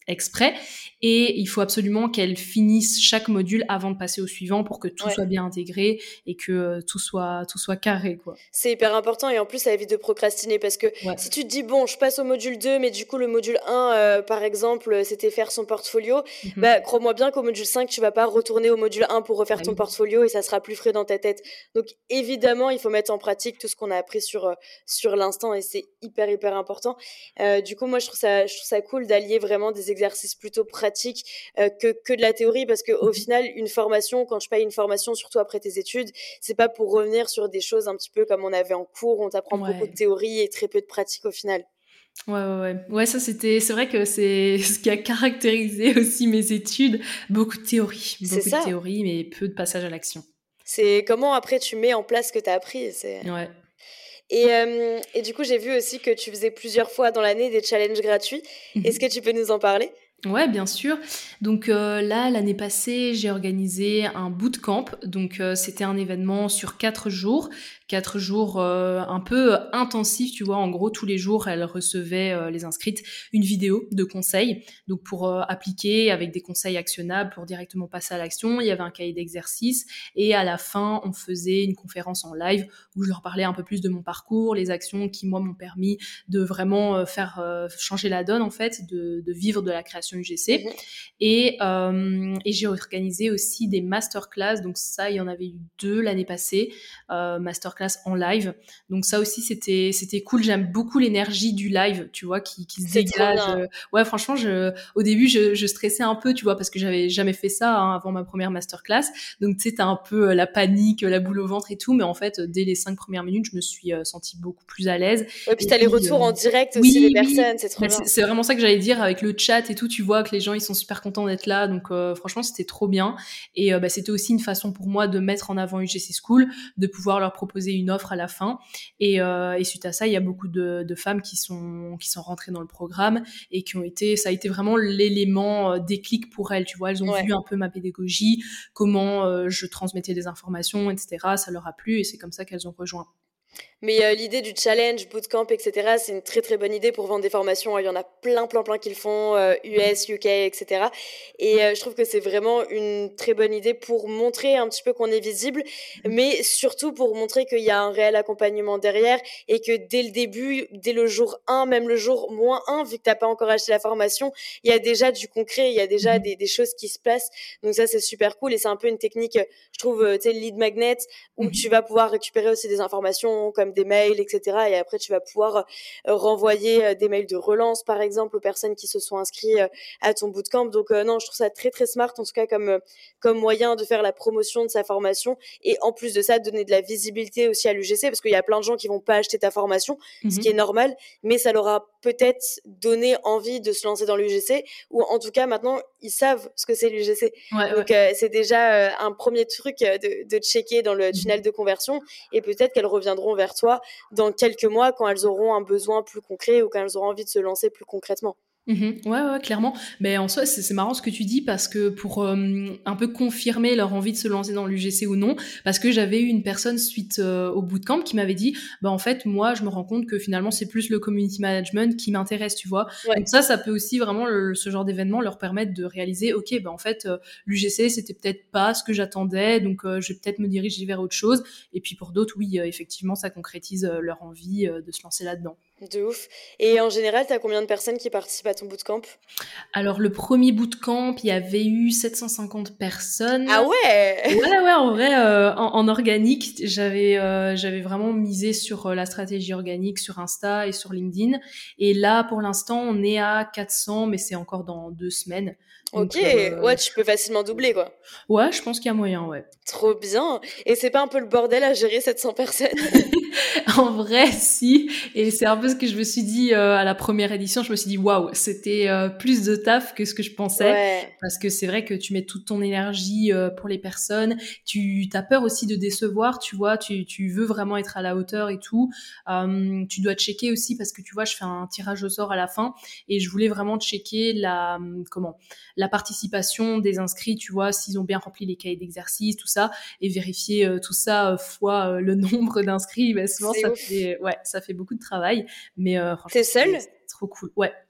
exprès. Et il faut absolument qu'elles finissent chaque module avant de passer au suivant pour que tout Ouais. soit bien intégré et que euh, tout soit tout soit carré, quoi. C'est hyper important et en plus ça évite de procrastiner parce que Ouais. si tu te dis bon je passe au module deux mais du coup le module un euh, par exemple euh, c'était faire son portfolio, Mhm. bah crois-moi bien qu'au module cinq tu vas pas retourner au module un pour refaire Ah ton oui. portfolio et ça sera plus frais dans ta tête. Donc évidemment il faut mettre en pratique tout ce qu'on a appris sur, euh, sur l'instant et c'est hyper hyper important. Euh, du coup moi je trouve ça, je trouve ça cool d'allier vraiment des exercices plutôt pratiques euh, que, que de la théorie parce que au Mhm. final une formation, quand je paye une formation surtout après tes études, c'est pas pour revenir sur des choses un petit peu comme on avait en cours, où on t'apprend beaucoup de Ouais. théorie et très peu de pratique au final. Ouais, ouais, ouais. Ouais, ça, c'était, c'est vrai que c'est ce qui a caractérisé aussi mes études. Beaucoup de théorie. C'est Beaucoup de ça. théorie, mais peu de passage à l'action. C'est comment après tu mets en place ce que tu as appris. C'est... Ouais. Et, euh, et du coup, j'ai vu aussi que tu faisais plusieurs fois dans l'année des challenges gratuits. Est-ce que Mhm. tu peux nous en parler? Ouais, bien sûr. Donc euh, là, l'année passée, j'ai organisé un bootcamp. Donc euh, c'était un événement sur quatre jours, quatre jours euh, un peu intensifs, tu vois. En gros, tous les jours, elles recevaient euh, les inscrites une vidéo de conseils. Donc pour euh, appliquer avec des conseils actionnables pour directement passer à l'action, il y avait un cahier d'exercice et à la fin, on faisait une conférence en live où je leur parlais un peu plus de mon parcours, les actions qui moi m'ont permis de vraiment euh, faire euh, changer la donne en fait, de, de vivre de la création U G C. Mhm. Et, euh, et j'ai organisé aussi des masterclass. Donc ça, il y en avait eu deux l'année passée, euh, masterclass en live. Donc ça aussi, c'était c'était cool. J'aime beaucoup l'énergie du live, tu vois, qui, qui se C'est trop dégage. bien. Ouais, franchement, je, au début, je, je stressais un peu, tu vois, parce que j'avais jamais fait ça hein, avant ma première masterclass. Donc tu sais, t'as un peu euh, la panique, la boule au ventre et tout. Mais en fait, dès les cinq premières minutes, je me suis euh, sentie beaucoup plus à l'aise. Et puis Et t'as les puis, retours euh, en direct aussi des oui, oui. personnes, c'est trop Bah, bien. c'est c'est vraiment ça que j'allais dire avec le chat et tout. Tu vois que les gens ils sont super contents d'être là, donc euh, franchement c'était trop bien. Et euh, bah, c'était aussi une façon pour moi de mettre en avant U G C School, de pouvoir leur proposer une offre à la fin. Et, euh, et suite à ça, il y a beaucoup de, de femmes qui sont qui sont rentrées dans le programme et qui ont été, ça a été vraiment l'élément euh, déclic pour elles. Tu vois, elles ont Ouais. vu un peu ma pédagogie, comment euh, je transmettais des informations, et cetera. Ça leur a plu et c'est comme ça qu'elles ont rejoint. Mais euh, l'idée du challenge, bootcamp, et cetera, c'est une très très bonne idée pour vendre des formations. Il y en a plein plein plein qui le font, euh, U S, U K, et cetera. Et euh, je trouve que c'est vraiment une très bonne idée pour montrer un petit peu qu'on est visible, mais surtout pour montrer qu'il y a un réel accompagnement derrière et que dès le début, dès le jour un, même le jour moins un, vu que t'as pas encore acheté la formation, il y a déjà du concret, il y a déjà Mhm. des, des choses qui se passent. Donc ça, c'est super cool et c'est un peu une technique, je trouve, euh, tu sais, lead magnet, où Mhm. tu vas pouvoir récupérer aussi des informations comme des mails, et cetera. Et après, tu vas pouvoir euh, renvoyer euh, des mails de relance, par exemple, aux personnes qui se sont inscrites euh, à ton bootcamp. Donc, euh, non, je trouve ça très, très smart, en tout cas, comme, euh, comme moyen de faire la promotion de sa formation. Et en plus de ça, donner de la visibilité aussi à l'U G C, parce qu'il y a plein de gens qui vont pas acheter ta formation, ce qui est Mhm. normal, mais ça leur a peut-être donné envie de se lancer dans l'U G C, ou en tout cas, maintenant, ils savent ce que c'est l'U G C. Ouais, ouais. Donc, euh, c'est déjà euh, un premier truc euh, de, de checker dans le Mhm. tunnel de conversion. Et peut-être qu'elles reviendront vers toi dans quelques mois quand elles auront un besoin plus concret ou quand elles auront envie de se lancer plus concrètement. Mhm. Ouais, ouais, clairement. Mais en soi, c'est c'est marrant ce que tu dis parce que pour euh, un peu confirmer leur envie de se lancer dans l'U G C ou non, parce que j'avais eu une personne suite euh, au bootcamp qui m'avait dit, bah en fait, moi, je me rends compte que finalement, c'est plus le community management qui m'intéresse, tu vois. Ouais. Donc ça, ça peut aussi vraiment le- ce genre d'événement leur permettre de réaliser, ok, bah en fait, euh, l'U G C, c'était peut-être pas ce que j'attendais, donc euh, je vais peut-être me diriger vers autre chose. Et puis pour d'autres, oui, euh, effectivement, ça concrétise euh, leur envie euh, de se lancer là-dedans. De ouf. Et en général, t'as combien de personnes qui participent à ton bootcamp? Alors, le premier bootcamp, il y avait eu sept cent cinquante personnes. Ah ouais! Ouais, ouais, en vrai, euh, en, en organique, j'avais, euh, j'avais vraiment misé sur euh, la stratégie organique sur Insta et sur LinkedIn. Et là, pour l'instant, on est à quatre cents, mais c'est encore dans deux semaines. Donc, Ok, euh, ouais, tu peux facilement doubler, quoi. ouais, je pense qu'il y a moyen, ouais. Trop bien. Et c'est pas un peu le bordel à gérer sept cents personnes? En vrai, si. Et c'est un peu ce que je me suis dit euh, à la première édition. Je me suis dit, waouh, c'était euh, plus de taf que ce que je pensais. Ouais. Parce que c'est vrai que tu mets toute ton énergie euh, pour les personnes. Tu as peur aussi de décevoir, tu vois. Tu, tu veux vraiment être à la hauteur et tout. Euh, tu dois checker aussi parce que tu vois, je fais un tirage au sort à la fin. Et je voulais vraiment checker la, comment, la participation des inscrits, tu vois, s'ils ont bien rempli les cahiers d'exercice, tout ça. Et vérifier euh, tout ça euh, fois euh, le nombre d'inscrits. Ben, souvent, C'est ça ouf. fait, ouais, ça fait beaucoup de travail. Mais euh, franchement, T'es c'est seule? c'est trop cool. Ouais.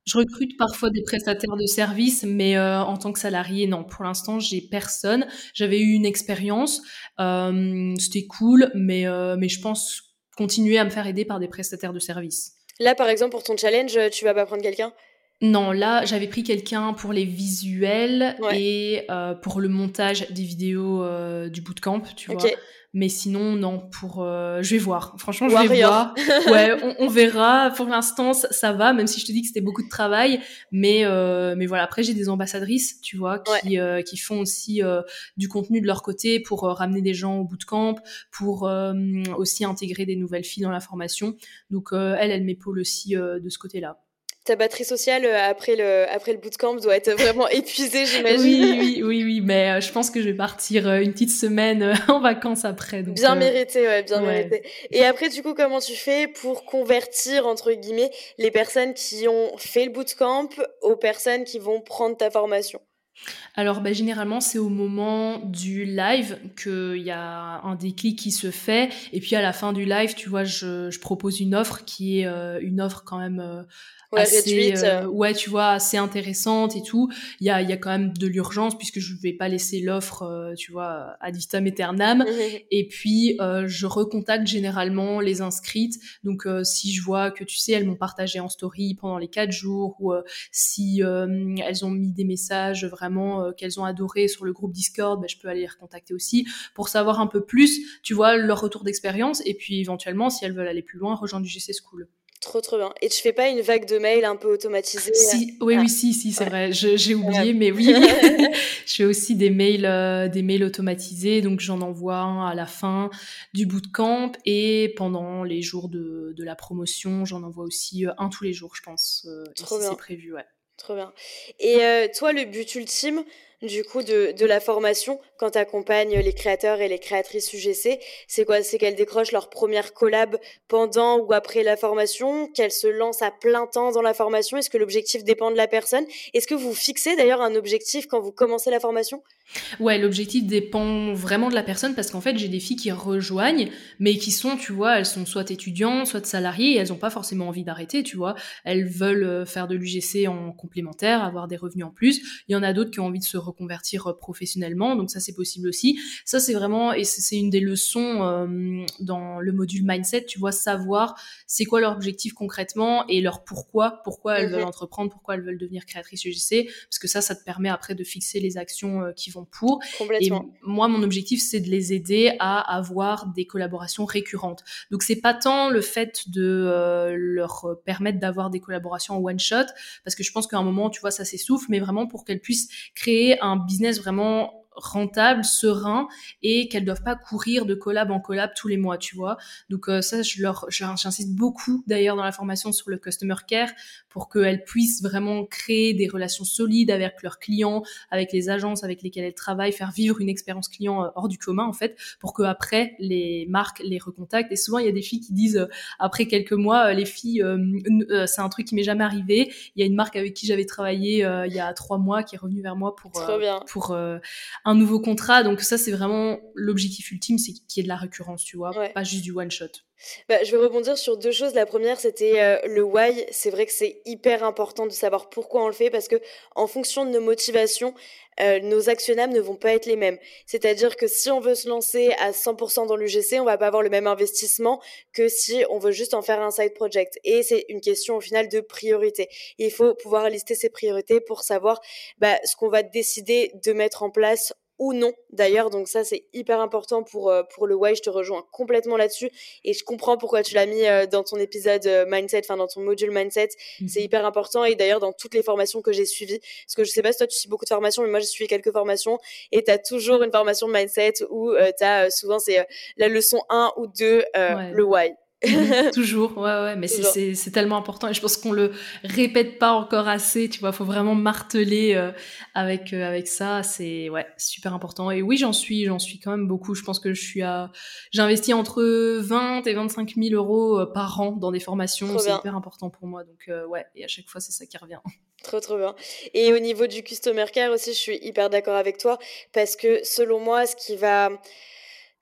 Je recrute parfois des prestataires de services, mais euh, en tant que salarié, non. Pour l'instant, j'ai personne. J'avais eu une expérience, euh, c'était cool, mais euh, mais je pense continuer à me faire aider par des prestataires de services. Là, par exemple, pour ton challenge, tu vas pas prendre quelqu'un? Non, là, j'avais pris quelqu'un pour les visuels Ouais. et euh, pour le montage des vidéos euh, du bootcamp, tu Ok. vois. Mais sinon, non, pour... euh, je vais voir. Franchement, je vais Warrior. voir. Ouais, on, on verra. Pour l'instant, ça, ça va, même si je te dis que c'était beaucoup de travail. Mais, euh, mais voilà, après, j'ai des ambassadrices, tu vois, Ouais. qui, euh, qui font aussi euh, du contenu de leur côté pour euh, ramener des gens au bootcamp, pour euh, aussi intégrer des nouvelles filles dans la formation. Donc, euh, elle, elle m'épaule aussi euh, de ce côté-là. Ta batterie sociale euh, après le, après le bootcamp doit être vraiment épuisée, j'imagine. Oui, oui, oui, oui, mais euh, je pense que je vais partir euh, une petite semaine euh, en vacances après. Donc, Bien euh, mérité, ouais, bien ouais. mérité. Et après, du coup, comment tu fais pour convertir, entre guillemets, les personnes qui ont fait le bootcamp aux personnes qui vont prendre ta formation? Alors, bah, généralement, c'est au moment du live qu'il y a un déclic qui se fait. Et puis, à la fin du live, tu vois, je, je propose une offre qui est euh, une offre quand même euh, Ouais, assez, réduite. euh, ouais, tu vois, assez intéressante et tout. Il y a, il y a quand même de l'urgence puisque je vais pas laisser l'offre, euh, tu vois, ad vitam aeternam. Et puis, euh, je recontacte généralement les inscrites. Donc, euh, si je vois que, tu sais, elles m'ont partagé en story pendant les quatre jours ou euh, si euh, elles ont mis des messages vraiment euh, qu'elles ont adoré sur le groupe Discord, bah, je peux aller les recontacter aussi pour savoir un peu plus, tu vois, leur retour d'expérience. Et puis, éventuellement, si elles veulent aller plus loin, rejoindre du G C School. Trop, trop bien. Et tu fais pas une vague de mails un peu automatisée? Si, oui, Ah, oui, si, si, c'est ouais, vrai. Je, j'ai quand même. oublié, mais oui, oui. Je fais aussi des mails, euh, des mails automatisés. Donc, j'en envoie un à la fin du bootcamp et pendant les jours de, de la promotion, j'en envoie aussi euh, un tous les jours, je pense. Euh, Trop ici, c'est bien. prévu, ouais. Trop bien. Et euh, toi, le but ultime, du coup, de, de la formation, quand tu accompagnes les créateurs et les créatrices U G C, c'est quoi? C'est qu'elles décrochent leur première collab pendant ou après la formation, qu'elles se lancent à plein temps dans la formation? Est-ce que l'objectif dépend de la personne? Est-ce que vous fixez d'ailleurs un objectif quand vous commencez la formation? Ouais, l'objectif dépend vraiment de la personne parce qu'en fait, j'ai des filles qui rejoignent, mais qui sont, tu vois, elles sont soit étudiantes, soit salariées et elles ont pas forcément envie d'arrêter, tu vois. Elles veulent euh, faire de l'U G C en complémentaire, avoir des revenus en plus. Il y en a d'autres qui ont envie de se reconvertir euh, professionnellement, donc ça, c'est possible aussi. Ça, c'est vraiment, et c'est c'est une des leçons euh, dans le module mindset, tu vois, savoir c'est quoi leur objectif concrètement et leur pourquoi, pourquoi elles veulent Mhm, entreprendre, pourquoi elles veulent devenir créatrices U G C, parce que ça, ça te permet après de fixer les actions euh, qui vont pour. Et complètement. moi, mon objectif, c'est de les aider à avoir des collaborations récurrentes. Donc, c'est pas tant le fait de euh, leur permettre d'avoir des collaborations en one shot, parce que je pense qu'à un moment, tu vois, ça s'essouffle, mais vraiment pour qu'elles puissent créer un business vraiment rentable, serein, et qu'elles doivent pas courir de collab en collab tous les mois, tu vois. Donc euh, ça, je leur, j'insiste beaucoup d'ailleurs dans la formation sur le customer care pour qu'elles puissent vraiment créer des relations solides avec leurs clients, avec les agences avec lesquelles elles travaillent, faire vivre une expérience client euh, hors du commun en fait, pour que après les marques les recontactent. Et souvent il y a des filles qui disent euh, après quelques mois, euh, les filles, euh, euh, c'est un truc qui m'est jamais arrivé. Il y a une marque avec qui j'avais travaillé euh, il y a trois mois qui est revenue vers moi pour Trop euh, bien. pour euh, un nouveau contrat. Donc ça c'est vraiment l'objectif ultime, c'est qu'il y ait de la récurrence, tu vois, Ouais. pas juste du one shot. Bah, je vais rebondir sur deux choses. La première, c'était euh, le why. C'est vrai que c'est hyper important de savoir pourquoi on le fait parce que en fonction de nos motivations, euh, nos actionnables ne vont pas être les mêmes. C'est-à-dire que si on veut se lancer à cent pour cent dans l'U G C, on va pas avoir le même investissement que si on veut juste en faire un side project. Et c'est une question au final de priorité. Il faut pouvoir lister ses priorités pour savoir bah, ce qu'on va décider de mettre en place ou non d'ailleurs, donc ça c'est hyper important pour, euh, pour le why, je te rejoins complètement là-dessus et je comprends pourquoi tu l'as mis euh, dans ton épisode euh, mindset, enfin dans ton module mindset, c'est Mm-hmm. hyper important et d'ailleurs dans toutes les formations que j'ai suivies, parce que je sais pas si toi tu suis beaucoup de formations, mais moi j'ai suivi quelques formations et tu as toujours une formation de mindset où euh, tu as euh, souvent c'est euh, la leçon un ou deux, euh, Ouais. le why. Mmh, toujours, ouais, ouais, mais c'est, Toujours. c'est, c'est tellement important et je pense qu'on le répète pas encore assez, tu vois, faut vraiment marteler euh, avec, euh, avec ça, c'est, ouais, super important. Et oui, j'en suis, j'en suis quand même beaucoup, je pense que je suis à, j'ai investi entre vingt et vingt-cinq mille euros euh, par an dans des formations, Trop c'est bien. hyper important pour moi, donc euh, ouais, et à chaque fois c'est ça qui revient. Trop trop bien. Et au niveau du customer care aussi, je suis hyper d'accord avec toi parce que selon moi, ce qui va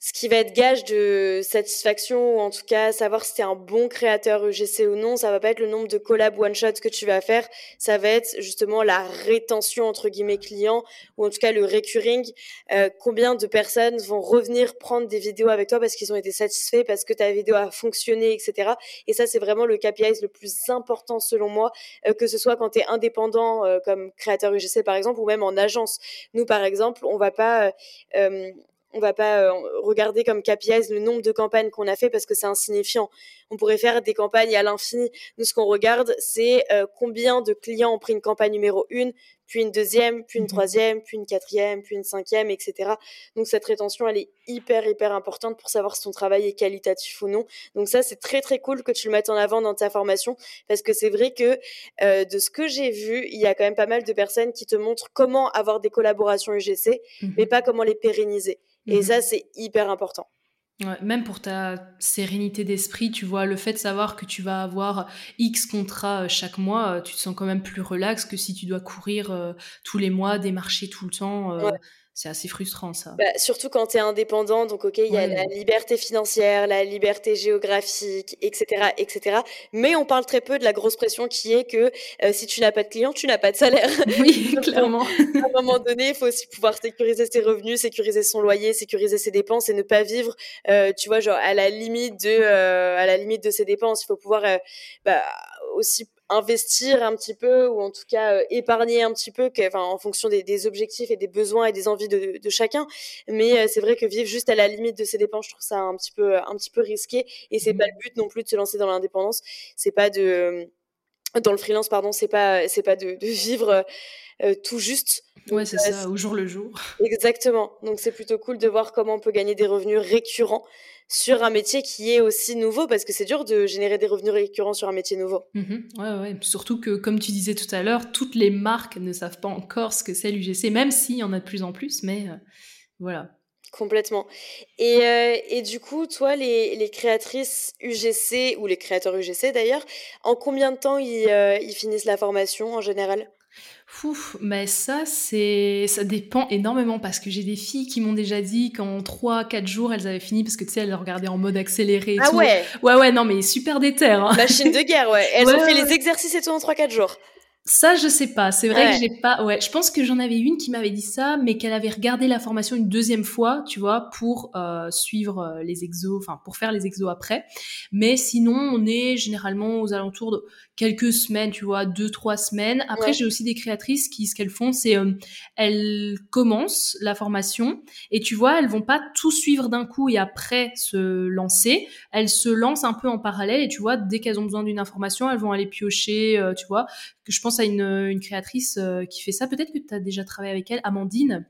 ce qui va être gage de satisfaction, ou en tout cas savoir si t'es un bon créateur U G C ou non, ça va pas être le nombre de collabs one-shot que tu vas faire, ça va être justement la rétention entre guillemets client, ou en tout cas le recurring, euh, combien de personnes vont revenir prendre des vidéos avec toi parce qu'ils ont été satisfaits, parce que ta vidéo a fonctionné, et cetera. Et ça, c'est vraiment le K P I le plus important selon moi, euh, que ce soit quand t'es indépendant euh, comme créateur U G C par exemple, ou même en agence. Nous, par exemple, on va pas... Euh, on va pas euh, regarder comme K P I le nombre de campagnes qu'on a fait parce que c'est insignifiant. On pourrait faire des campagnes à l'infini. Nous, ce qu'on regarde, c'est euh, combien de clients ont pris une campagne numéro une, puis une deuxième, puis une troisième, puis une quatrième, puis une cinquième, et cetera. Donc, cette rétention, elle est hyper, hyper importante pour savoir si ton travail est qualitatif ou non. Donc, ça, c'est très, très cool que tu le mettes en avant dans ta formation parce que c'est vrai que euh, de ce que j'ai vu, il y a quand même pas mal de personnes qui te montrent comment avoir des collaborations U G C, mmh. mais pas comment les pérenniser. Et mmh. ça, c'est hyper important. Ouais, même pour ta sérénité d'esprit, tu vois, le fait de savoir que tu vas avoir X contrats chaque mois, tu te sens quand même plus relax que si tu dois courir euh, tous les mois, démarcher tout le temps. Euh, ouais. C'est assez frustrant, ça. Bah, surtout quand tu es indépendant, donc ok, il y a ouais. la liberté financière, la liberté géographique, et cetera, et cetera. Mais on parle très peu de la grosse pression qui est que euh, si tu n'as pas de clients, tu n'as pas de salaire. Oui, clairement. À un moment donné, il faut aussi pouvoir sécuriser ses revenus, sécuriser son loyer, sécuriser ses dépenses et ne pas vivre, euh, tu vois, genre à la limite de, euh, à la limite de ses dépenses. Il faut pouvoir euh, bah, aussi investir un petit peu ou en tout cas euh, épargner un petit peu que, en fonction des, des objectifs et des besoins et des envies de, de chacun, mais euh, c'est vrai que vivre juste à la limite de ses dépenses, je trouve ça un petit peu, un petit peu risqué et c'est mmh. pas le but non plus de se lancer dans l'indépendance, c'est pas de dans le freelance pardon, c'est pas c'est pas de, de vivre euh, tout juste. Donc, ouais, c'est euh, ça, c'est... au jour le jour. Exactement. Donc, c'est plutôt cool de voir comment on peut gagner des revenus récurrents sur un métier qui est aussi nouveau, parce que c'est dur de générer des revenus récurrents sur un métier nouveau. Mmh, ouais, ouais. Surtout que, comme tu disais tout à l'heure, toutes les marques ne savent pas encore ce que c'est l'U G C, même s'il y en a de plus en plus, mais euh, voilà. Complètement. Et, euh, et du coup, toi, les, les créatrices U G C, ou les créateurs U G C d'ailleurs, en combien de temps ils, euh, ils finissent la formation en général ? Ouf, mais ça, c'est... ça dépend énormément parce que j'ai des filles qui m'ont déjà dit qu'en trois à quatre jours, elles avaient fini parce que tu sais, elles regardaient en mode accéléré et ah tout. ouais Ouais, ouais, non, mais super déter. Hein. Machine de guerre, ouais. Elles ouais, ont fait ouais. les exercices et tout en trois à quatre jours. Ça, je sais pas. C'est vrai ouais. que j'ai pas... Ouais, je pense que j'en avais une qui m'avait dit ça, mais qu'elle avait regardé la formation une deuxième fois, tu vois, pour euh, suivre euh, les exos, enfin, pour faire les exos après. Mais sinon, on est généralement aux alentours de quelques semaines, tu vois, deux, trois semaines. Après, ouais. j'ai aussi des créatrices qui, ce qu'elles font, c'est euh, elles commencent la formation et tu vois, elles vont pas tout suivre d'un coup et après se lancer. Elles se lancent un peu en parallèle et tu vois, dès qu'elles ont besoin d'une information, elles vont aller piocher, euh, tu vois, que je pense à une, une créatrice euh, qui fait ça. Peut-être que tu as déjà travaillé avec elle, Amandine.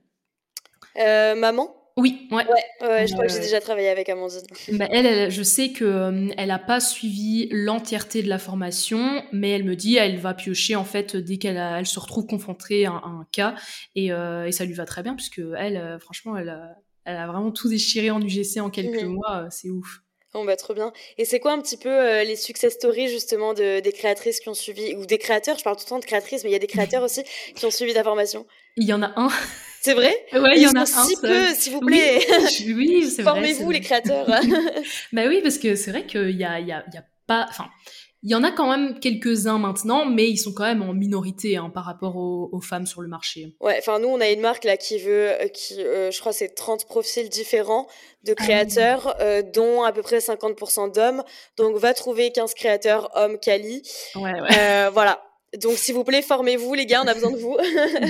Euh, maman Oui, ouais. Ouais, ouais, je crois euh, que j'ai déjà travaillé avec Amandine. Bah elle, elle, je sais que euh, elle a pas suivi l'entièreté de la formation, mais elle me dit, elle va piocher en fait dès qu'elle a, elle se retrouve confrontée à un, à un cas, et, euh, et ça lui va très bien puisque elle, euh, franchement, elle a, elle a vraiment tout déchiré en U G C en quelques mmh. mois, euh, c'est ouf. Bon bah trop bien. Et c'est quoi un petit peu euh, les success stories justement de, des créatrices qui ont suivi, ou des créateurs, je parle tout le temps de créatrices, mais il y a des créateurs aussi qui ont suivi ta formation? Il y en a un. C'est vrai? Ouais, il y en a un. Si peu, s'il vous plaît. Oui, oui c'est vrai. Formez-vous les créateurs. Bah oui, parce que c'est vrai qu'il y a, il y a, il y a pas, enfin, il y en a quand même quelques-uns maintenant, mais ils sont quand même en minorité hein, par rapport aux, aux femmes sur le marché. Ouais, enfin nous on a une marque là qui veut, qui, euh, je crois c'est trente profils différents de créateurs, ah oui. euh, dont à peu près cinquante pour cent d'hommes. Donc va trouver quinze créateurs hommes quali. Ouais, ouais. Euh, voilà. Donc s'il vous plaît, formez-vous les gars, on a besoin de vous.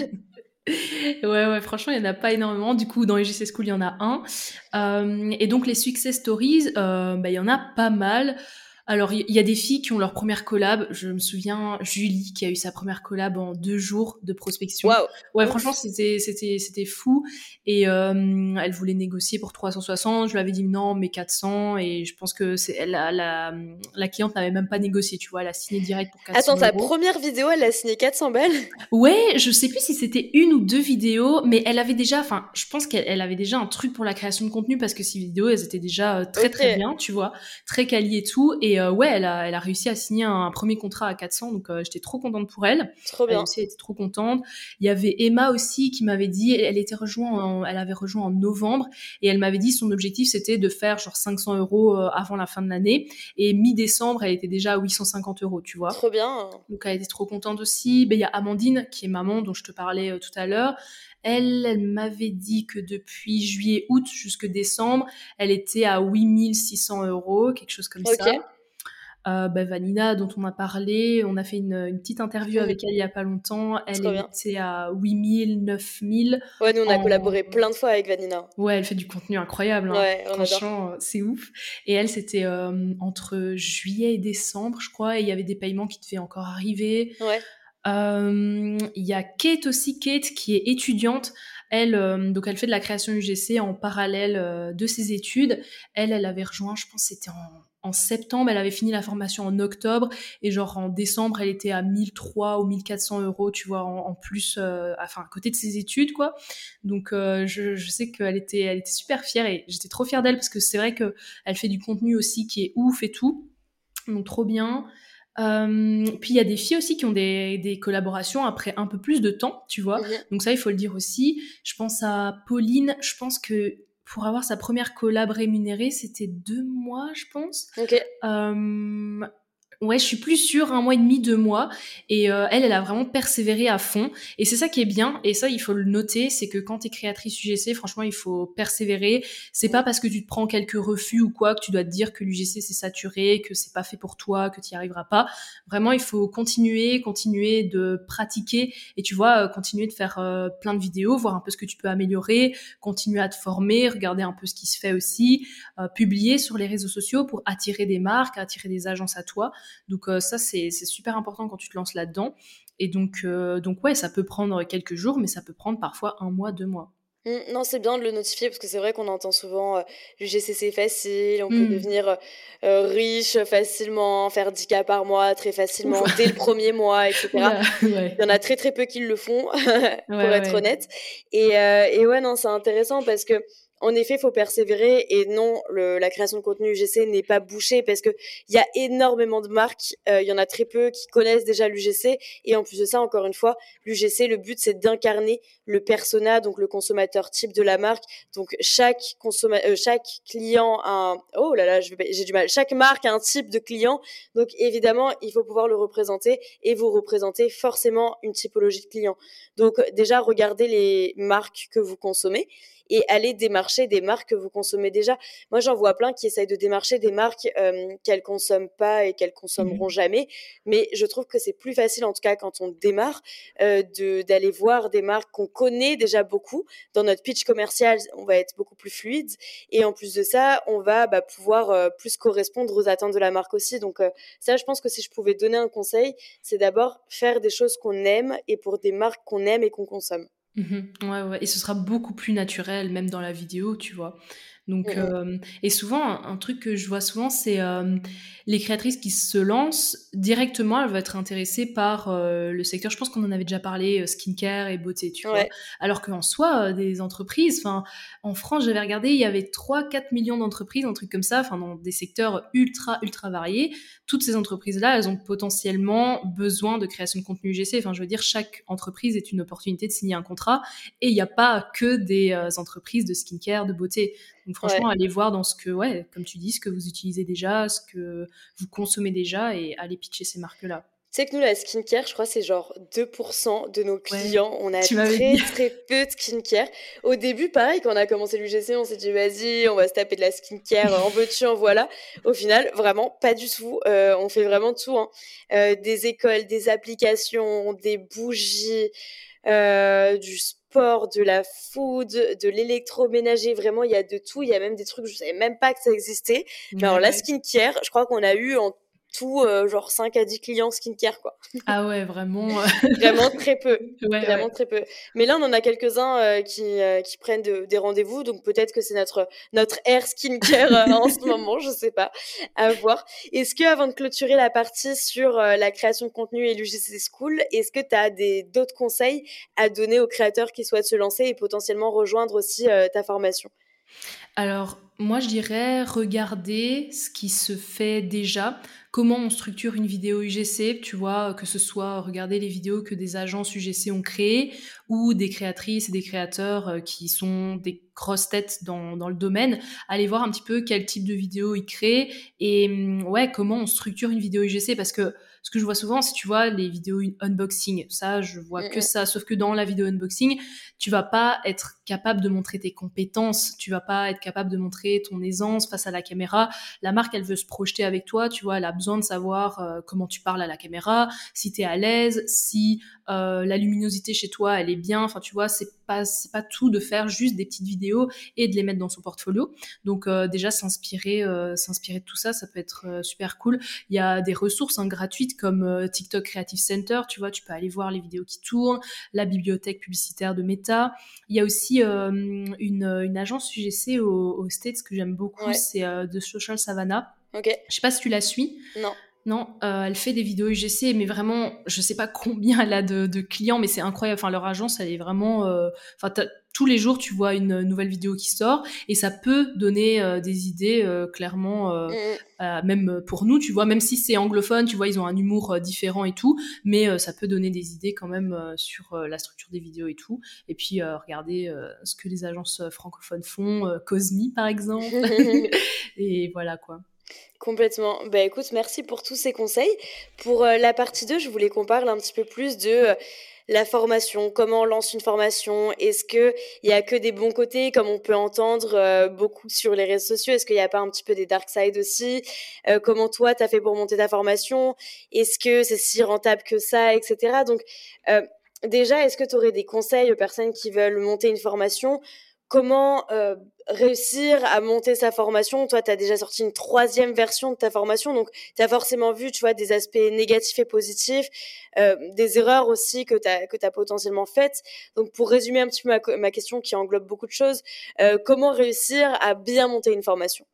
Ouais, ouais, franchement, il n'y en a pas énormément. Du coup, dans U G C School, il y en a un. Euh, et donc, les success stories, euh, bah, il y en a pas mal. Alors, il y, y a des filles qui ont leur première collab. Je me souviens, Julie, qui a eu sa première collab en deux jours de prospection. Wow. Ouais, franchement, c'était, c'était, c'était fou. Et euh, elle voulait négocier pour trois cent soixante. Je lui avais dit non, mais quatre cents. Et je pense que c'est, elle, la, la, la cliente n'avait même pas négocié, tu vois. Elle a signé direct pour quatre cents Attends, sa euros. première vidéo, elle a signé quatre cents balles? Ouais, je sais plus si c'était une ou deux vidéos, mais elle avait déjà, enfin, je pense qu'elle elle avait déjà un truc pour la création de contenu parce que ces vidéos, elles étaient déjà euh, très, okay. très bien, tu vois, très quali et tout. Et Et euh, ouais, elle a, elle a réussi à signer un, un premier contrat à quatre cents, donc euh, j'étais trop contente pour elle. Trop bien. Elle aussi, elle était trop contente. Il y avait Emma aussi qui m'avait dit, elle, elle était rejointe, en, elle avait rejoint en novembre, et elle m'avait dit son objectif c'était de faire genre cinq cents euros euh, avant la fin de l'année. Et mi-décembre, elle était déjà à huit cent cinquante euros, tu vois. Trop bien. Donc elle était trop contente aussi. Ben, il y a Amandine qui est maman dont je te parlais euh, tout à l'heure. Elle, elle m'avait dit que depuis juillet, août jusque décembre, elle était à huit mille six cents euros, quelque chose comme Ok. ça. Euh, bah, Vanina, dont on a parlé, on a fait une, une petite interview Mhm. avec elle il y a pas longtemps. Elle, Trop elle bien. était à huit mille, neuf mille. Ouais, nous, on a En... collaboré plein de fois avec Vanina. Ouais, elle fait du contenu incroyable. Hein. Ouais, on adore. Franchement, euh, c'est ouf. Et elle, c'était euh, entre juillet et décembre, je crois, et il y avait des paiements qui devaient encore arriver. Ouais. Euh, Il y a Kate aussi, Kate, qui est étudiante. Elle, euh, donc elle fait de la création U G C en parallèle euh, de ses études. Elle, elle avait rejoint, je pense, c'était en, en septembre. Elle avait fini la formation en octobre, et genre en décembre, elle était à mille trois ou mille quatre cents euros, tu vois, en, en plus, euh, enfin à côté de ses études, quoi. Donc euh, je, je sais qu'elle était, elle était super fière, et j'étais trop fière d'elle parce que c'est vrai que elle fait du contenu aussi qui est ouf et tout. Donc trop bien. Euh, puis il y a des filles aussi qui ont des, des collaborations après un peu plus de temps, tu vois. Mhm. Donc ça, il faut le dire aussi. Je pense à Pauline. Je pense que pour avoir sa première collab rémunérée, c'était deux mois, je pense. Ok. Euh, Ouais, je suis plus sûre, un mois et demi, deux mois. Et euh, elle, elle a vraiment persévéré à fond. Et c'est ça qui est bien. Et ça, il faut le noter, c'est que quand t'es créatrice U G C, franchement, il faut persévérer. C'est pas parce que tu te prends quelques refus ou quoi que tu dois te dire que l'U G C c'est saturé, que c'est pas fait pour toi, que t'y arriveras pas. Vraiment, il faut continuer, continuer de pratiquer. Et tu vois, euh, continuer de faire euh, plein de vidéos, voir un peu ce que tu peux améliorer, continuer à te former, regarder un peu ce qui se fait aussi, euh, publier sur les réseaux sociaux pour attirer des marques, attirer des agences à toi. Donc euh, ça, c'est, c'est super important quand tu te lances là-dedans. Et donc, euh, donc ouais, ça peut prendre quelques jours, mais ça peut prendre parfois un mois, deux mois. Mm, non, c'est bien de le notifier parce que c'est vrai qu'on entend souvent euh, l'U G C c'est facile, on peut Mm. devenir euh, euh, riche facilement, faire dix K par mois très facilement Ouf. dès le premier mois, et cetera. Oula, ouais. Il y en a très très peu qui le font, pour Ouais, être ouais. honnête. Et, euh, et ouais, non, c'est intéressant parce que en effet, il faut persévérer, et non, le, la création de contenu U G C n'est pas bouchée parce que il y a énormément de marques, euh, il y en a très peu qui connaissent déjà l'U G C, et en plus de ça, encore une fois, l'U G C, le but c'est d'incarner le persona, donc le consommateur type de la marque. Donc chaque consomma- euh, chaque client a un... oh là là, je vais... j'ai du mal. Chaque marque a un type de client, donc évidemment, il faut pouvoir le représenter, et vous représentez forcément une typologie de client. Donc déjà, regardez les marques que vous consommez et allez démarcher des marques que vous consommez déjà. Moi, j'en vois plein qui essayent de démarcher des marques euh, qu'elles consomment pas et qu'elles consommeront Mhm. jamais. Mais je trouve que c'est plus facile, en tout cas quand on démarre, euh, de, d'aller voir des marques qu'on connaît déjà beaucoup. Dans notre pitch commercial, on va être beaucoup plus fluide. Et en plus de ça, on va bah, pouvoir euh, plus correspondre aux attentes de la marque aussi. Donc euh, ça, je pense que si je pouvais donner un conseil, c'est d'abord faire des choses qu'on aime et pour des marques qu'on aime et qu'on consomme. Mhm. Ouais, ouais. Et ce sera beaucoup plus naturel, même dans la vidéo, tu vois. Donc, Mm-mm. euh, et souvent, un, un truc que je vois souvent, c'est euh, les créatrices qui se lancent directement, elles vont être intéressées par euh, le secteur. Je pense qu'on en avait déjà parlé, euh, skincare et beauté, tu vois. Ouais. Alors qu'en soi, euh, des entreprises, enfin, en France, j'avais regardé, il y avait trois quatre millions d'entreprises, un truc comme ça, enfin, dans des secteurs ultra, ultra variés. Toutes ces entreprises-là, elles ont potentiellement besoin de création de contenu U G C. Enfin, je veux dire, chaque entreprise est une opportunité de signer un contrat, et il n'y a pas que des euh, entreprises de skincare, de beauté. Donc franchement, Ouais. allez voir dans ce que, ouais, comme tu dis, ce que vous utilisez déjà, ce que vous consommez déjà, et allez pitcher ces marques-là. Tu sais que nous, la skincare, je crois, c'est genre deux pour cent de nos Ouais, clients. On a tu m'avais très, dit. très peu de skincare. Au début, pareil, quand on a commencé l'U G C, on s'est dit, vas-y, on va se taper de la skincare, en veux-tu, en voilà. Au final, vraiment, pas du tout. Euh, on fait vraiment tout, hein. Euh, des écoles, des applications, des bougies, euh, du sport, de la food, de l'électroménager. Vraiment, il y a de tout. Il y a même des trucs, je savais même pas que ça existait. Mais alors, Ouais, la ouais. skincare, je crois qu'on a eu en tout, euh, genre cinq à dix clients skincare, quoi. Ah ouais, vraiment. euh, Vraiment très peu. Ouais, Vraiment ouais. très peu. Mais là, on en a quelques-uns euh, qui, euh, qui prennent de- des rendez-vous. Donc, peut-être que c'est notre, notre air skincare euh, en ce moment. Je sais pas. À voir. Est-ce que, avant de clôturer la partie sur euh, la création de contenu et l'U G C School, est-ce que tu as des, d'autres conseils à donner aux créateurs qui souhaitent se lancer et potentiellement rejoindre aussi euh, ta formation? Alors, moi, je dirais regarder ce qui se fait déjà, comment on structure une vidéo U G C, tu vois, que ce soit regarder les vidéos que des agences U G C ont créées ou des créatrices et des créateurs euh, qui sont des grosses têtes dans, dans le domaine, aller voir un petit peu quel type de vidéo ils créent et hum, ouais, comment on structure une vidéo U G C parce que ce que je vois souvent, c'est tu vois les vidéos unboxing, ça je vois que Mm, ça, sauf que dans la vidéo unboxing, tu vas pas être capable de montrer tes compétences, tu vas pas être capable de montrer ton aisance face à la caméra. La marque, elle veut se projeter avec toi, tu vois, elle a besoin de savoir euh, comment tu parles à la caméra, si tu es à l'aise, si euh, la luminosité chez toi, elle est bien. Enfin, tu vois, c'est pas c'est pas tout de faire juste des petites vidéos et de les mettre dans son portfolio. Donc euh, déjà s'inspirer euh, s'inspirer de tout ça, ça peut être euh, super cool. Il y a des ressources hein, gratuites comme euh, TikTok Creative Center, tu vois, tu peux aller voir les vidéos qui tournent, la bibliothèque publicitaire de Meta. Il y a aussi euh, une, une agence U G C aux, aux States que j'aime beaucoup, ouais, c'est euh, The Social Savannah. ok, Je sais pas si tu la suis. non. Non, euh, elle fait des vidéos U G C, mais vraiment, je sais pas combien elle a de, de clients, mais c'est incroyable. Enfin, leur agence, elle est vraiment. euh, Enfin, t'as- tous les jours, tu vois une nouvelle vidéo qui sort, et ça peut donner euh, des idées euh, clairement, euh, Mm, euh, même pour nous, tu vois, même si c'est anglophone, tu vois, ils ont un humour euh, différent et tout, mais euh, ça peut donner des idées quand même euh, sur euh, la structure des vidéos et tout. Et puis euh, regarder euh, ce que les agences euh, francophones font, euh, Cosmi par exemple, mm. et voilà quoi. Complètement. Bah écoute, merci pour tous ces conseils. Pour euh, la partie deux, je voulais qu'on parle un petit peu plus de euh, la formation, comment on lance une formation, est-ce que il y a que des bons côtés comme on peut entendre euh, beaucoup sur les réseaux sociaux, est-ce qu'il n'y a pas un petit peu des dark side aussi? Euh, comment toi t'as fait pour monter ta formation? Est-ce que c'est si rentable que ça, et cetera. Donc euh, déjà, est-ce que tu aurais des conseils aux personnes qui veulent monter une formation? Comment euh, réussir à monter sa formation? Toi, tu as déjà sorti une troisième version de ta formation, donc tu as forcément vu, tu vois, des aspects négatifs et positifs, euh, des erreurs aussi que tu as que tu as potentiellement faites. Donc, pour résumer un petit peu ma, ma question qui englobe beaucoup de choses, euh, comment réussir à bien monter une formation?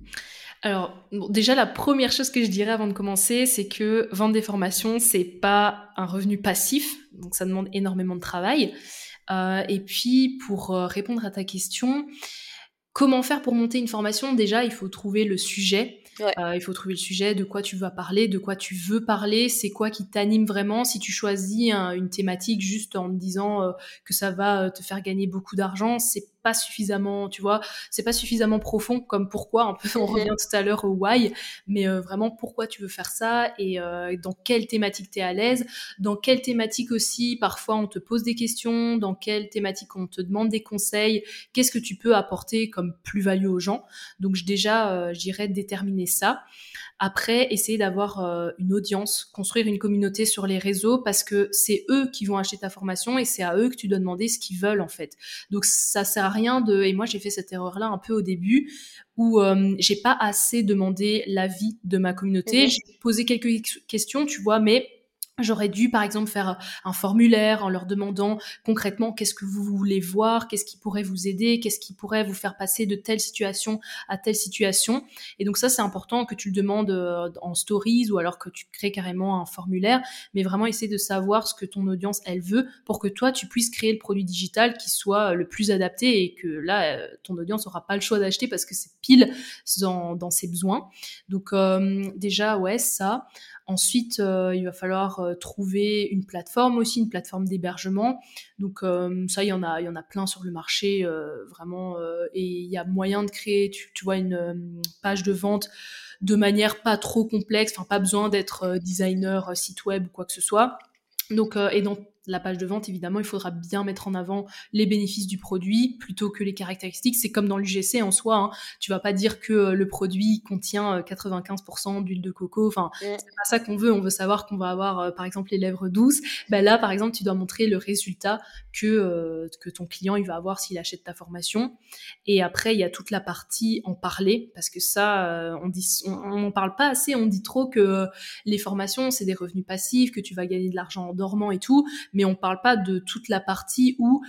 Alors, bon, déjà, la première chose que je dirais avant de commencer, c'est que vendre des formations, c'est pas un revenu passif, donc ça demande énormément de travail. Euh, et puis, pour euh, répondre à ta question, comment faire pour monter une formation? Déjà, il faut trouver le sujet. Ouais. Euh, il faut trouver le sujet, de quoi tu vas parler, de quoi tu veux parler, c'est quoi qui t'anime vraiment. Si tu choisis hein, une thématique juste en te disant euh, que ça va euh, te faire gagner beaucoup d'argent, c'est pas suffisamment, tu vois, c'est pas suffisamment profond comme pourquoi. Un peu, on revient tout à l'heure au why, mais euh, vraiment pourquoi tu veux faire ça et euh, dans quelle thématique tu es à l'aise, dans quelle thématique aussi parfois on te pose des questions, dans quelle thématique on te demande des conseils, qu'est-ce que tu peux apporter comme plus-value aux gens. Donc déjà, euh, j'irais déterminer ça. Après, essayer d'avoir euh, une audience, construire une communauté sur les réseaux parce que c'est eux qui vont acheter ta formation et c'est à eux que tu dois demander ce qu'ils veulent en fait. Donc ça sert à rien de... Et moi j'ai fait cette erreur-là un peu au début où euh, j'ai pas assez demandé l'avis de ma communauté. Mhm. J'ai posé quelques questions, tu vois, mais j'aurais dû, par exemple, faire un formulaire en leur demandant concrètement qu'est-ce que vous voulez voir, qu'est-ce qui pourrait vous aider, qu'est-ce qui pourrait vous faire passer de telle situation à telle situation. Et donc ça, c'est important que tu le demandes euh, en stories ou alors que tu crées carrément un formulaire, mais vraiment essayer de savoir ce que ton audience, elle veut pour que toi, tu puisses créer le produit digital qui soit le plus adapté et que là, euh, ton audience n'aura pas le choix d'acheter parce que c'est pile dans, dans ses besoins. Donc euh, déjà, ouais, ça. Ensuite, euh, il va falloir euh, trouver une plateforme aussi, une plateforme d'hébergement. Donc euh, ça, il y en a, il y en a plein sur le marché, euh, vraiment. Euh, et il y a moyen de créer, tu, tu vois, une euh, page de vente de manière pas trop complexe. Enfin, pas besoin d'être euh, designer, euh, site web ou quoi que ce soit. Donc, euh, et dans la page de vente, évidemment, il faudra bien mettre en avant les bénéfices du produit plutôt que les caractéristiques. C'est comme dans l'U G C en soi. Hein. Tu vas pas dire que euh, le produit contient euh, quatre-vingt-quinze pour cent d'huile de coco. Enfin, Mm. c'est pas ça qu'on veut. On veut savoir qu'on va avoir, euh, par exemple, les lèvres douces. Ben là, par exemple, tu dois montrer le résultat que euh, que ton client il va avoir s'il achète ta formation. Et après, il y a toute la partie en parler parce que ça, euh, on dit, on, on en parle pas assez. On dit trop que euh, les formations, c'est des revenus passifs, que tu vas gagner de l'argent en dormant et tout, mais on parle pas de toute la partie où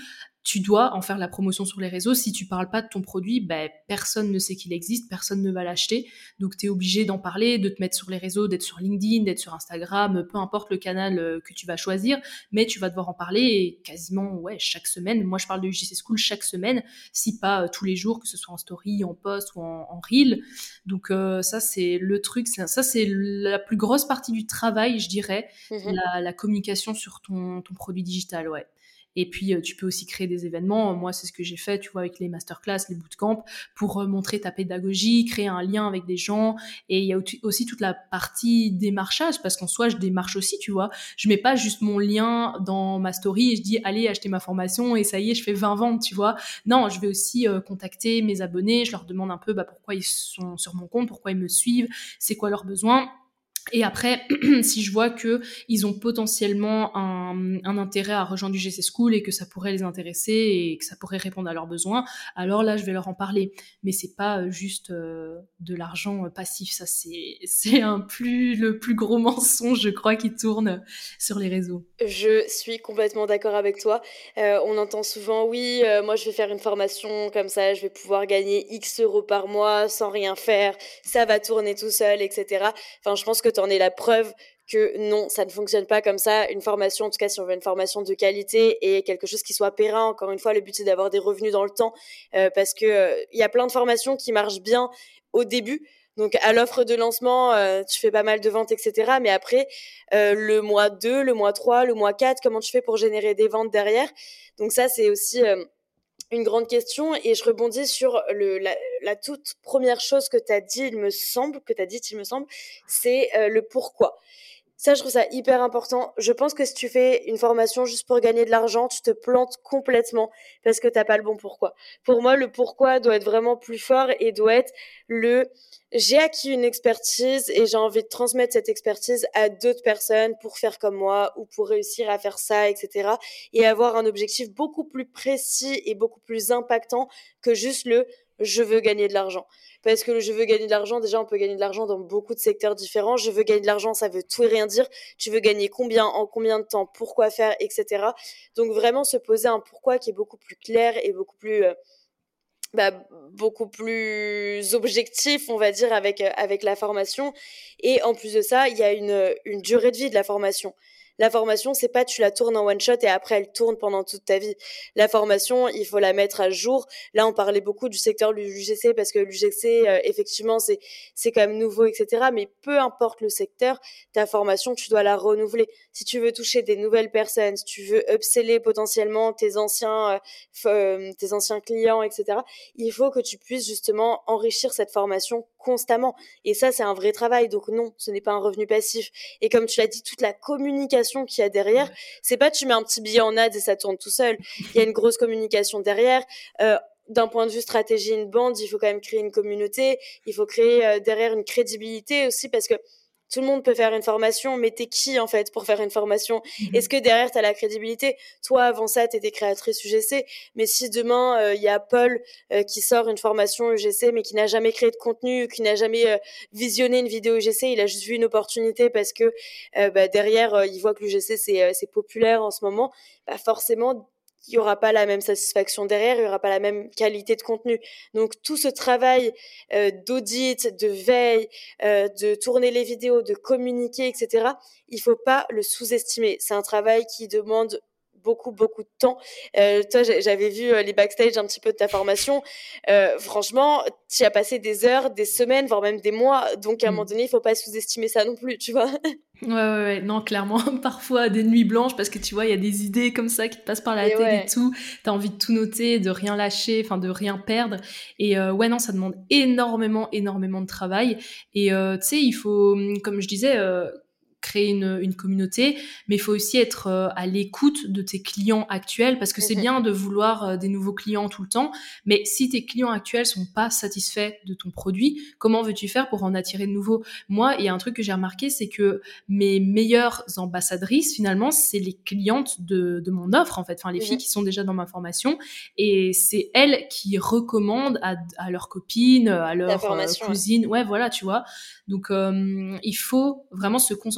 tu dois en faire la promotion sur les réseaux. Si tu parles pas de ton produit, ben, personne ne sait qu'il existe, personne ne va l'acheter. Donc, tu es obligé d'en parler, de te mettre sur les réseaux, d'être sur LinkedIn, d'être sur Instagram, peu importe le canal euh, que tu vas choisir, mais tu vas devoir en parler et quasiment ouais, chaque semaine. Moi, je parle de U J C School chaque semaine, si pas euh, tous les jours, que ce soit en story, en post ou en, en reel. Donc, euh, ça, c'est le truc. C'est, ça, c'est la plus grosse partie du travail, je dirais, Mmh. la, la communication sur ton, ton produit digital, ouais. Et puis, euh, tu peux aussi créer des événements. Moi, c'est ce que j'ai fait, tu vois, avec les masterclass, les bootcamps, pour euh, montrer ta pédagogie, créer un lien avec des gens. Et il y a aussi toute la partie démarchage, parce qu'en soi, je démarche aussi, tu vois. Je mets pas juste mon lien dans ma story et je dis, allez, achetez ma formation et ça y est, je fais vingt ventes, tu vois. Non, je vais aussi euh, contacter mes abonnés. Je leur demande un peu bah, pourquoi ils sont sur mon compte, pourquoi ils me suivent, c'est quoi leurs besoins. Et après, si je vois que ils ont potentiellement un, un intérêt à rejoindre du G C School et que ça pourrait les intéresser et que ça pourrait répondre à leurs besoins, alors là, je vais leur en parler. Mais c'est pas juste euh, de l'argent passif. Ça, c'est c'est un plus le plus gros mensonge, je crois, qui tourne sur les réseaux. Je suis complètement d'accord avec toi. Euh, on entend souvent, oui, euh, moi je vais faire une formation comme ça, je vais pouvoir gagner X euros par mois sans rien faire, ça va tourner tout seul, et cetera. Enfin, je pense que tu en es la preuve que non, ça ne fonctionne pas comme ça. Une formation, en tout cas si on veut une formation de qualité et quelque chose qui soit périn, encore une fois, le but c'est d'avoir des revenus dans le temps, euh, parce que euh, y a plein de formations qui marchent bien au début. Donc à l'offre de lancement, euh, tu fais pas mal de ventes, et cetera. Mais après, euh, le mois deux, le mois trois, le mois quatre, comment tu fais pour générer des ventes derrière? Donc ça, c'est aussi euh, une grande question. Et je rebondis sur le, la, la toute première chose que tu as dit, il me semble, que tu as dit, il me semble, c'est euh, le pourquoi. Ça, je trouve ça hyper important. Je pense que si tu fais une formation juste pour gagner de l'argent, tu te plantes complètement parce que t'as pas le bon pourquoi. Pour moi, le pourquoi doit être vraiment plus fort et doit être le j'ai acquis une expertise et j'ai envie de transmettre cette expertise à d'autres personnes pour faire comme moi ou pour réussir à faire ça, et cetera. Et avoir un objectif beaucoup plus précis et beaucoup plus impactant que juste le je veux gagner de l'argent. Parce que le je veux gagner de l'argent, déjà, on peut gagner de l'argent dans beaucoup de secteurs différents. Je veux gagner de l'argent, ça veut tout et rien dire. Tu veux gagner combien, en combien de temps, pourquoi faire, et cetera. Donc, vraiment se poser un pourquoi qui est beaucoup plus clair et beaucoup plus, euh, bah, beaucoup plus objectif, on va dire, avec, euh, avec la formation. Et en plus de ça, il y a une, une durée de vie de la formation. La formation, c'est pas tu la tournes en one shot et après elle tourne pendant toute ta vie. La formation, il faut la mettre à jour. Là, on parlait beaucoup du secteur de l'U G C parce que l'U G C, euh, effectivement, c'est c'est quand même nouveau, et cetera. Mais peu importe le secteur, ta formation, tu dois la renouveler. Si tu veux toucher des nouvelles personnes, si tu veux upseller potentiellement tes anciens, euh, euh, tes anciens clients, et cetera. Il faut que tu puisses justement enrichir cette formation constamment. Et ça, c'est un vrai travail. Donc non, ce n'est pas un revenu passif. Et comme tu l'as dit, toute la communication qu'il y a derrière, c'est pas tu mets un petit billet en ads et ça tourne tout seul. Il y a une grosse communication derrière. Euh, d'un point de vue stratégie inbound, il faut quand même créer une communauté. Il faut créer euh, derrière une crédibilité aussi parce que tout le monde peut faire une formation, mais t'es qui en fait pour faire une formation? Mm-hmm. Est-ce que derrière t'as la crédibilité? Toi avant ça t'étais créatrice U G C, mais si demain il euh, y a Paul euh, qui sort une formation U G C mais qui n'a jamais créé de contenu, qui n'a jamais euh, visionné une vidéo U G C, il a juste vu une opportunité parce que euh, bah, derrière euh, il voit que l'U G C c'est, euh, c'est populaire en ce moment, bah forcément il n'y aura pas la même satisfaction derrière, il n'y aura pas la même qualité de contenu. Donc tout ce travail euh, d'audit, de veille, euh, de tourner les vidéos, de communiquer, et cetera, il ne faut pas le sous-estimer. C'est un travail qui demande beaucoup, beaucoup de temps. Euh, toi, j'avais vu les backstage un petit peu de ta formation. Euh, franchement, tu as passé des heures, des semaines, voire même des mois. Donc, à un mmh. moment donné, il ne faut pas sous-estimer ça non plus, tu vois. Ouais, ouais, ouais, non, clairement, parfois des nuits blanches parce que tu vois, il y a des idées comme ça qui te passent par la et tête ouais. et tout. T'as envie de tout noter, de rien lâcher, enfin de rien perdre. Et euh, ouais, non, ça demande énormément, énormément de travail. Et euh, tu sais, il faut, comme je disais, euh, créer une, une communauté, mais il faut aussi être euh, à l'écoute de tes clients actuels parce que c'est bien de vouloir euh, des nouveaux clients tout le temps, mais si tes clients actuels sont pas satisfaits de ton produit, comment veux-tu faire pour en attirer de nouveaux? Moi, il y a un truc que j'ai remarqué, c'est que mes meilleures ambassadrices, finalement, c'est les clientes de, de mon offre, en fait, enfin les mmh. filles qui sont déjà dans ma formation, et c'est elles qui recommandent à, à leurs copines, à leurs euh, cousines, ouais. ouais, voilà, tu vois. Donc, euh, il faut vraiment se concentrer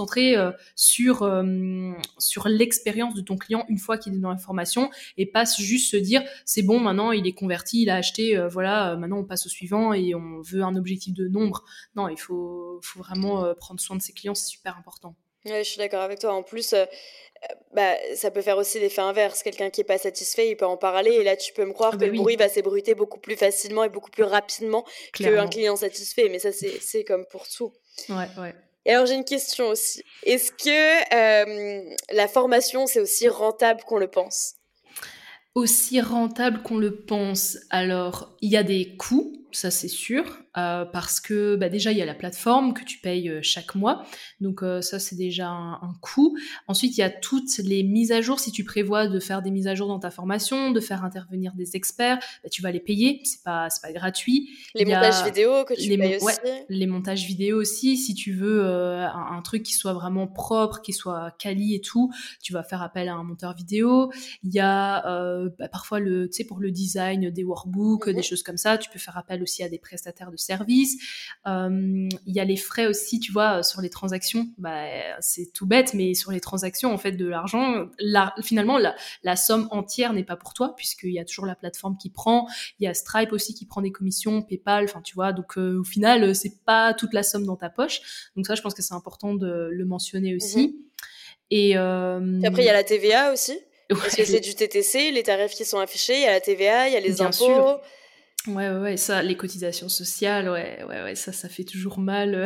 concentrer euh, sur, euh, sur l'expérience de ton client une fois qu'il est dans la formation et pas juste se dire c'est bon, maintenant il est converti, il a acheté, euh, voilà, euh, maintenant on passe au suivant et on veut un objectif de nombre. Non, il faut, faut vraiment euh, prendre soin de ses clients, c'est super important. Ouais, je suis d'accord avec toi. En plus, euh, bah, ça peut faire aussi l'effet inverse. Quelqu'un qui est pas satisfait, il peut en parler. Et là, tu peux me croire Ah que bah le oui, bruit va s'ébruiter beaucoup plus facilement et beaucoup plus rapidement qu'un clairement. client satisfait. Mais ça, c'est, c'est comme pour tout. Ouais, ouais. Et alors, j'ai une question aussi. Est-ce que euh, la formation, c'est aussi rentable qu'on le pense? Aussi rentable qu'on le pense. Alors, il y a des coûts, ça c'est sûr, euh, parce que bah, déjà il y a la plateforme que tu payes euh, chaque mois, donc euh, ça c'est déjà un, un coût. Ensuite, il y a toutes les mises à jour. Si tu prévois de faire des mises à jour dans ta formation, de faire intervenir des experts, bah, tu vas les payer, c'est pas c'est pas gratuit. Les Il y montages a vidéo que tu les payes mon- ouais, aussi? les montages vidéo aussi. Si tu veux euh, un, un truc qui soit vraiment propre, qui soit quali et tout, tu vas faire appel à un monteur vidéo. Il y a euh, bah, parfois le, tu sais, pour le design des workbooks, Mhm. des choses comme ça. Tu peux faire appel aussi à des prestataires de services. Euh, il y a les frais aussi, tu vois, sur les transactions. Bah, c'est tout bête, mais sur les transactions, en fait, de l'argent, la, finalement, la, la somme entière n'est pas pour toi, puisqu'il y a toujours la plateforme qui prend. Il y a Stripe aussi qui prend des commissions, PayPal, enfin, tu vois. Donc, euh, au final, c'est pas toute la somme dans ta poche. Donc ça, je pense que c'est important de le mentionner Mhm. aussi. Et Puis après, il y euh, a la T V A aussi. Parce que c'est ouais, du T T C, les tarifs qui sont affichés, il y a la T V A, il y a les bien sûr. impôts. Ouais, ouais, ouais, ça, les cotisations sociales, ouais, ouais, ouais, ça, ça fait toujours mal.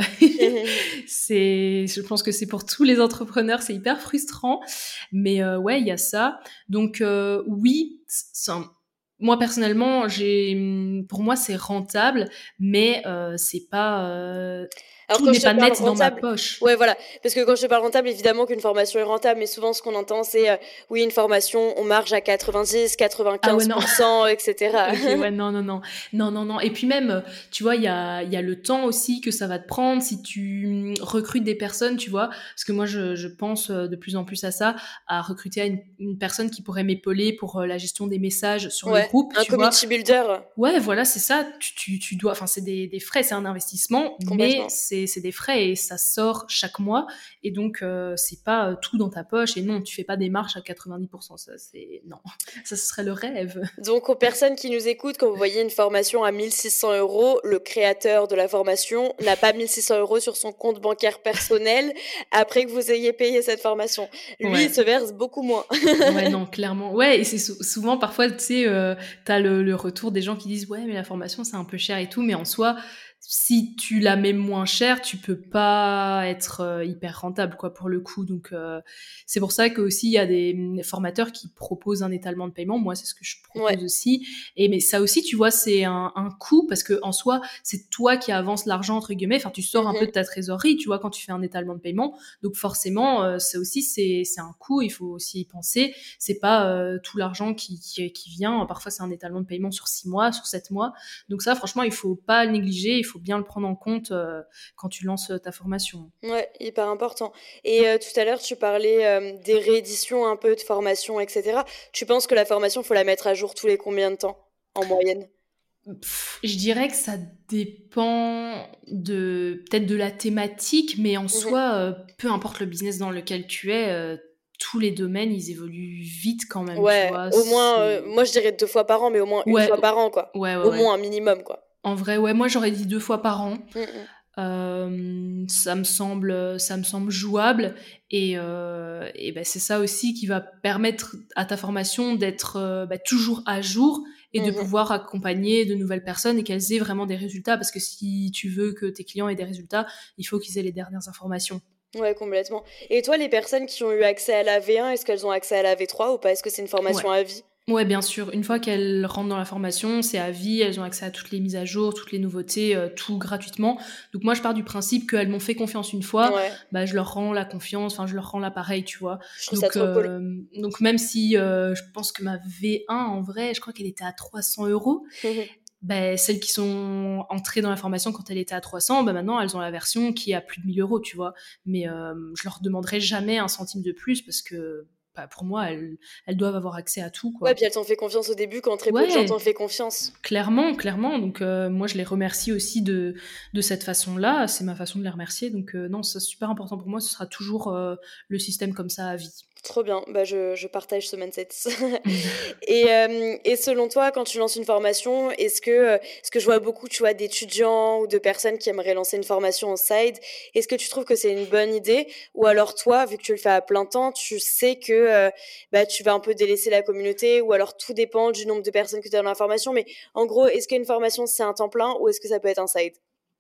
c'est, je pense que c'est pour tous les entrepreneurs, c'est hyper frustrant. Mais euh, ouais, il y a ça. Donc euh, oui, c'est un- moi personnellement, j'ai, pour moi, c'est rentable, mais euh, c'est pas, euh, Alors tout quand n'est je te pas parle net dans ma rentable, poche. ouais voilà, parce que quand je te parle rentable, évidemment qu'une formation est rentable, mais souvent ce qu'on entend c'est euh, oui une formation, on marge à quatre-vingt-dix, Ah ouais, non. quatre-vingt-quinze pour cent, et cetera. Ok, ouais, non, non, non, non, non, non. Et puis même, euh, tu vois, il y a, il y a le temps aussi que ça va te prendre si tu hum, recrutes des personnes, tu vois, parce que moi, je, je pense euh, de plus en plus à ça, à recruter à une, une personne qui pourrait m'épauler pour euh, la gestion des messages sur le Ouais, groupe, un tu vois. community builder, Ouais, voilà, c'est ça. Tu, tu, tu dois, enfin, c'est des, des frais, c'est un investissement, mais complètement. c'est, c'est des frais et ça sort chaque mois. Et donc, euh, c'est pas euh, tout dans ta poche. Et non, tu fais pas des marches à quatre-vingt-dix pour cent. Ça, c'est, non. Ça, ce serait le rêve. Donc aux personnes qui nous écoutent, quand vous voyez une formation à mille six cents euros, le créateur de la formation n'a pas mille six cents euros sur son compte bancaire personnel après que vous ayez payé cette formation. Lui, il se Ouais. verse beaucoup moins. Ouais, non, clairement. Ouais, et c'est sou- souvent, parfois, tu sais, euh, t'as le, le retour des gens qui disent, ouais, mais la formation, c'est un peu cher et tout, mais en soi, si tu la mets moins cher, tu peux pas être euh, hyper rentable, quoi, pour le coup. Donc, euh, c'est pour ça qu'aussi, il y a des mm, formateurs qui proposent un étalement de paiement. Moi, c'est ce que je Ouais. propose aussi. Et mais ça aussi, tu vois, c'est un, un coût parce que en soi, c'est toi qui avances l'argent, entre guillemets. Enfin, tu sors un peu Mhm. de ta trésorerie, tu vois, quand tu fais un étalement de paiement. Donc, forcément, euh, c'est aussi, c'est, c'est un coût. Il faut aussi y penser. C'est pas euh, tout l'argent qui, qui, qui vient. Parfois, c'est un étalement de paiement sur six mois, sur sept mois. Donc ça, franchement, il faut pas le négliger. Il faut bien le prendre en compte euh, quand tu lances ta formation. Ouais, hyper important. Et euh, tout à l'heure, tu parlais euh, des rééditions un peu de formation, et cetera. Tu penses que la formation, faut la mettre à jour tous les combien de temps, en moyenne? Pff, je dirais que ça dépend de peut-être de la thématique, mais en Mhm. soi, euh, peu importe le business dans lequel tu es, euh, tous les domaines, ils évoluent vite quand même, tu Ouais, vois. au moins, euh, C'est moi je dirais deux fois par an, mais au moins une ouais, fois par an, quoi. ouais, ouais, Au ouais. moins un minimum, quoi. En vrai, ouais, moi j'aurais dit deux fois par an. Mhm. Euh, ça me semble, ça me semble jouable et, euh, et ben c'est ça aussi qui va permettre à ta formation d'être euh, bah, toujours à jour et de Mhm. pouvoir accompagner de nouvelles personnes et qu'elles aient vraiment des résultats parce que si tu veux que tes clients aient des résultats, il faut qu'ils aient les dernières informations. Ouais, complètement. Et toi, les personnes qui ont eu accès à la V un, est-ce qu'elles ont accès à la V trois ou pas? Est-ce que c'est une Ouais. formation à vie? Ouais, bien sûr. Une fois qu'elles rentrent dans la formation, c'est à vie, elles ont accès à toutes les mises à jour, toutes les nouveautés, euh, tout gratuitement. Donc moi, je pars du principe qu'elles m'ont fait confiance une fois, Ouais, bah je leur rends la confiance, enfin je leur rends l'appareil, tu vois. je trouve ça Donc trop cool. euh, donc même si euh, je pense que ma V un en vrai, je crois qu'elle était à trois cents euros. Ben celles qui sont entrées dans la formation quand elle était à trois cents, ben maintenant elles ont la version qui est à plus de mille euros, tu vois. Mais euh, je leur demanderai jamais un centime de plus parce que bah, pour moi, elles, elles doivent avoir accès à tout, quoi. Ouais, puis elles t'ont fait confiance au début quand très ouais, peu de gens t'ont fait confiance. Clairement, clairement. Donc, euh, moi, je les remercie aussi de, de cette façon-là. C'est ma façon de les remercier. Donc, euh, non, c'est super important pour moi. Ce sera toujours euh, le système comme ça à vie. Trop bien, bah je, je partage ce mindset. et, euh, et selon toi, quand tu lances une formation, est-ce que, euh, est-ce que je vois beaucoup, tu vois, d'étudiants ou de personnes qui aimeraient lancer une formation en side, est-ce que tu trouves que c'est une bonne idée? Ou alors toi, vu que tu le fais à plein temps, tu sais que euh, bah, tu vas un peu délaisser la communauté, ou alors tout dépend du nombre de personnes que tu as dans la formation. Mais en gros, est-ce qu'une formation, c'est un temps plein ou est-ce que ça peut être un side?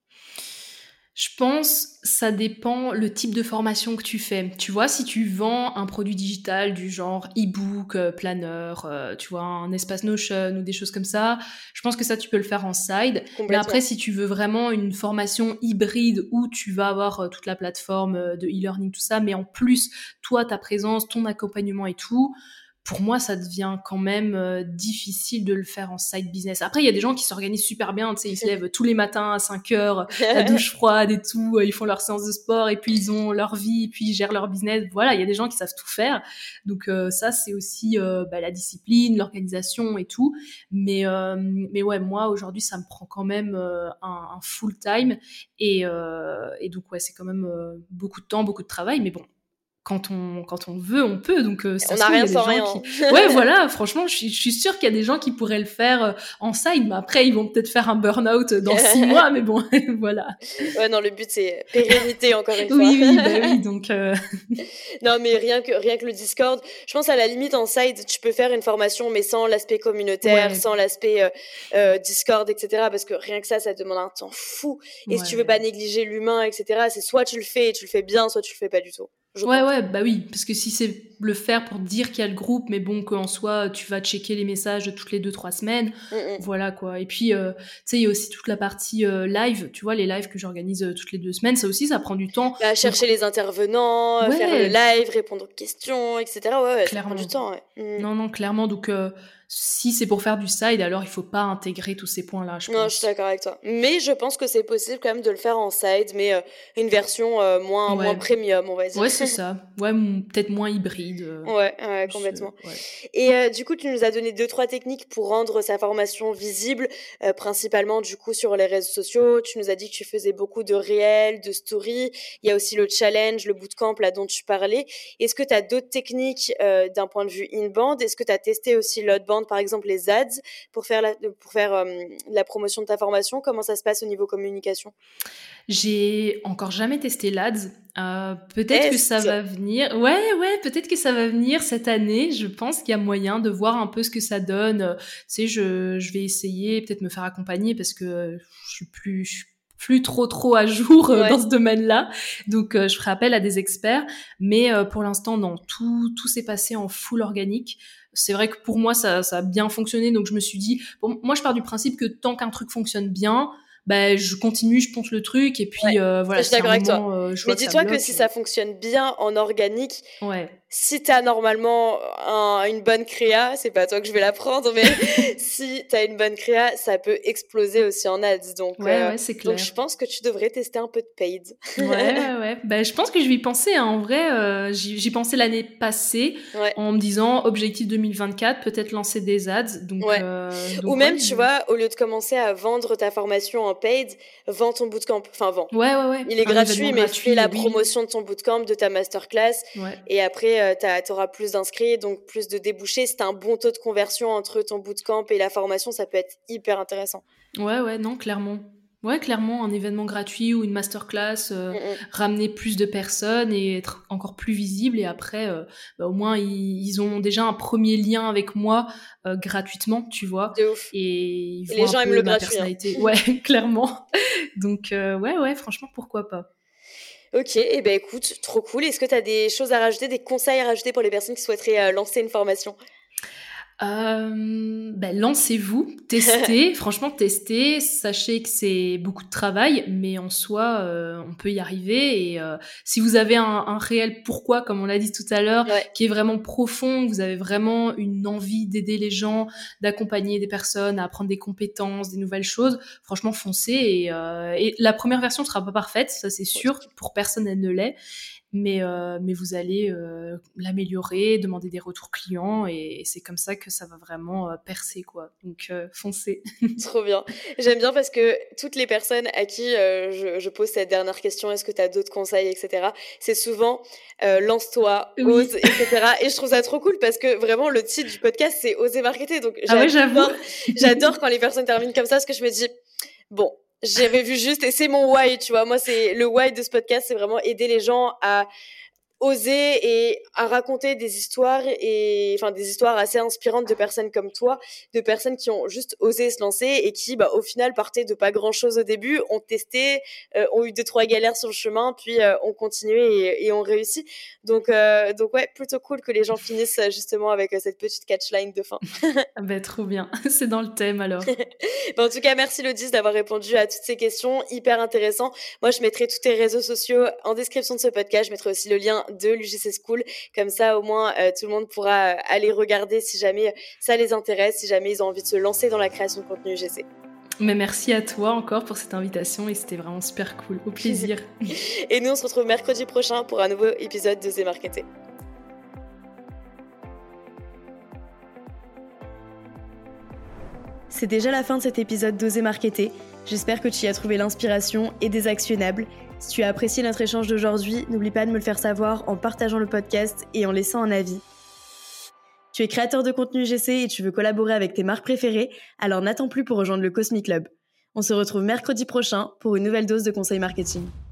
Je pense ça dépend le type de formation que tu fais. Tu vois, si tu vends un produit digital du genre e-book, euh, planner, euh, tu vois, un espace Notion ou des choses comme ça, je pense que ça, tu peux le faire en side. Mais après, si tu veux vraiment une formation hybride où tu vas avoir euh, toute la plateforme euh, de e-learning, tout ça, mais en plus, toi, ta présence, ton accompagnement et tout, pour moi, ça devient quand même euh, difficile de le faire en side business. Après, il y a des gens qui s'organisent super bien, tu sais, ils se lèvent tous les matins à cinq heures, la douche froide et tout, euh, ils font leur séance de sport et puis ils ont leur vie et puis ils gèrent leur business. Voilà, il y a des gens qui savent tout faire. Donc euh, ça, c'est aussi euh, bah, la discipline, l'organisation et tout. Mais, euh, mais ouais, moi, aujourd'hui, ça me prend quand même euh, un, un full time. Et, euh, et donc, ouais, c'est quand même euh, beaucoup de temps, beaucoup de travail. Mais bon, quand on quand on veut, on peut. Donc euh, ça on se a trouve, il y rien a des sans gens rien. qui ouais voilà, franchement, je suis je suis sûre qu'il y a des gens qui pourraient le faire euh, en side, mais après ils vont peut-être faire un burn-out dans six mois, mais bon voilà. Ouais, non, le but c'est pérennité encore une fois. Oui oui, bah oui, donc euh... non, mais rien que rien que le Discord, je pense à la limite en side, tu peux faire une formation mais sans l'aspect communautaire, ouais. sans l'aspect euh, euh, Discord, et cetera. Parce que rien que ça, ça demande un temps fou. Et ouais. Si tu veux pas négliger l'humain, et cetera, c'est soit tu le fais et tu le fais bien, soit tu le fais pas du tout. Ouais, pense. ouais, bah oui, parce que si c'est le faire pour dire qu'il y a le groupe, mais bon, qu'en soi, tu vas checker les messages toutes les deux, trois semaines, mm-hmm. Voilà, quoi. Et puis, euh, tu sais, il y a aussi toute la partie euh, live, tu vois, les lives que j'organise euh, toutes les deux semaines, ça aussi, ça prend du temps. Bah, chercher donc... les intervenants, ouais. Faire le live, répondre aux questions, et cetera, ouais, ouais, ça prend du temps, ouais. Mm. Non, non, clairement, donc... Euh, si c'est pour faire du side, alors il faut pas intégrer tous ces points-là, je pense. Non, je suis d'accord avec toi. Mais je pense que c'est possible quand même de le faire en side, mais euh, une version euh, moins, ouais. moins premium, on va dire. Ouais, c'est ça. Ouais, m- peut-être moins hybride. Euh, ouais, ouais, complètement. Je, ouais. Et euh, du coup, tu nous as donné deux, trois techniques pour rendre sa formation visible, euh, principalement du coup sur les réseaux sociaux. Tu nous as dit que tu faisais beaucoup de réels, de stories. Il y a aussi le challenge, le bootcamp là dont tu parlais. Est-ce que tu as d'autres techniques euh, d'un point de vue inbound? Est-ce que tu as testé aussi l'outbound, par exemple les ads, pour faire la, pour faire euh, la promotion de ta formation? Comment ça se passe au niveau communication? J'ai encore jamais testé l'Ads. Euh, peut-être Est-ce que ça va venir. Ouais, ouais, peut-être que ça va venir cette année. Je pense qu'il y a moyen de voir un peu ce que ça donne. Tu sais, je, je vais essayer, peut-être me faire accompagner parce que je suis plus, je suis plus trop trop à jour euh, ouais. dans ce domaine-là. Donc, euh, je ferai appel à des experts. Mais euh, pour l'instant, non. Tout, tout s'est passé en full organique. C'est vrai que pour moi, ça, ça a bien fonctionné. Donc, je me suis dit, bon, moi, je pars du principe que tant qu'un truc fonctionne bien, bah, je continue, je ponce le truc et puis ouais, euh, voilà. Je suis d'accord avec toi. Euh, Mais dis-toi que, que si ça fonctionne bien en organique, ouais. si t'as normalement un, une bonne créa, c'est pas toi que je vais la prendre, mais si t'as une bonne créa, ça peut exploser aussi en ads. Donc, ouais, euh, ouais, c'est clair. Donc je pense que tu devrais tester un peu de paid. ouais, ouais, ouais. Bah, je pense que je vais y penser. Hein. En vrai, euh, j'y, j'y pensais l'année passée ouais. en me disant objectif deux mille vingt-quatre, peut-être lancer des ads. Donc, ouais. euh, donc Ou même, ouais, tu je... vois, au lieu de commencer à vendre ta formation en paid, vends ton bootcamp. Enfin, vends. Ouais, ouais, ouais. Il est un gratuit, mais gratuit, fais la oui. promotion de ton bootcamp, de ta masterclass. Ouais. Et après, euh, t'as, t'auras plus d'inscrits, donc plus de débouchés. Si t'as un bon taux de conversion entre ton bootcamp et la formation, ça peut être hyper intéressant. Ouais, ouais, non, clairement. Ouais, clairement, un événement gratuit ou une masterclass, euh, mm-hmm. ramener plus de personnes et être encore plus visible. Et après, euh, bah, au moins, ils, ils ont déjà un premier lien avec moi euh, gratuitement, tu vois. De ouf. Et, ils et les gens aiment le ma gratuit. Personnalité. Hein. Ouais, clairement. Donc, euh, ouais, ouais, franchement, pourquoi pas. Ok, et eh ben écoute, trop cool. Est-ce que tu as des choses à rajouter, des conseils à rajouter pour les personnes qui souhaiteraient euh, lancer une formation ? Euh, ben lancez-vous, testez, franchement testez, sachez que c'est beaucoup de travail, mais en soi euh, on peut y arriver et euh, si vous avez un, un réel pourquoi, comme on l'a dit tout à l'heure, ouais. qui est vraiment profond, vous avez vraiment une envie d'aider les gens, d'accompagner des personnes à apprendre des compétences, des nouvelles choses, franchement foncez et, euh, et la première version sera pas parfaite, ça c'est sûr, pour personne elle ne l'est. mais, euh, mais vous allez euh, l'améliorer, demander des retours clients, et, et c'est comme ça que ça va vraiment euh, percer, quoi. Donc, euh, foncez. Trop bien. J'aime bien parce que toutes les personnes à qui euh, je, je pose cette dernière question, est-ce que tu as d'autres conseils, et cetera, c'est souvent euh, lance-toi, Oui. ose, et cetera. Et je trouve ça trop cool parce que vraiment, le titre du podcast, c'est Oser marketer. Donc, Ah ouais, j'avoue. J'adore quand les personnes terminent comme ça parce que je me dis, bon, j'avais vu juste et c'est mon why, tu vois. Moi, c'est le why de ce podcast, c'est vraiment aider les gens à oser et à raconter des histoires et enfin des histoires assez inspirantes de personnes comme toi, de personnes qui ont juste osé se lancer et qui bah au final partaient de pas grand chose au début, ont testé, euh, ont eu deux trois galères sur le chemin, puis euh, ont continué et, et ont réussi. Donc euh, donc ouais, plutôt cool que les gens finissent justement avec euh, cette petite catchline de fin. Bah, trop bien, c'est dans le thème alors. Bah, en tout cas, merci Lodis d'avoir répondu à toutes ces questions, hyper intéressant. Moi, je mettrai tous tes réseaux sociaux en description de ce podcast. Je mettrai aussi le lien de l'U G C School. Comme ça, au moins, euh, tout le monde pourra euh, aller regarder si jamais ça les intéresse, si jamais ils ont envie de se lancer dans la création de contenu U G C. Mais merci à toi encore pour cette invitation et c'était vraiment super cool. Au plaisir. Et nous, on se retrouve mercredi prochain pour un nouveau épisode de Oser Marketer. C'est déjà la fin de cet épisode d'Oser Marketer. J'espère que tu y as trouvé l'inspiration et des actionnables. Si tu as apprécié notre échange d'aujourd'hui, n'oublie pas de me le faire savoir en partageant le podcast et en laissant un avis. Tu es créateur de contenu U G C et tu veux collaborer avec tes marques préférées, alors n'attends plus pour rejoindre le Cosmic Club. On se retrouve mercredi prochain pour une nouvelle dose de conseils marketing.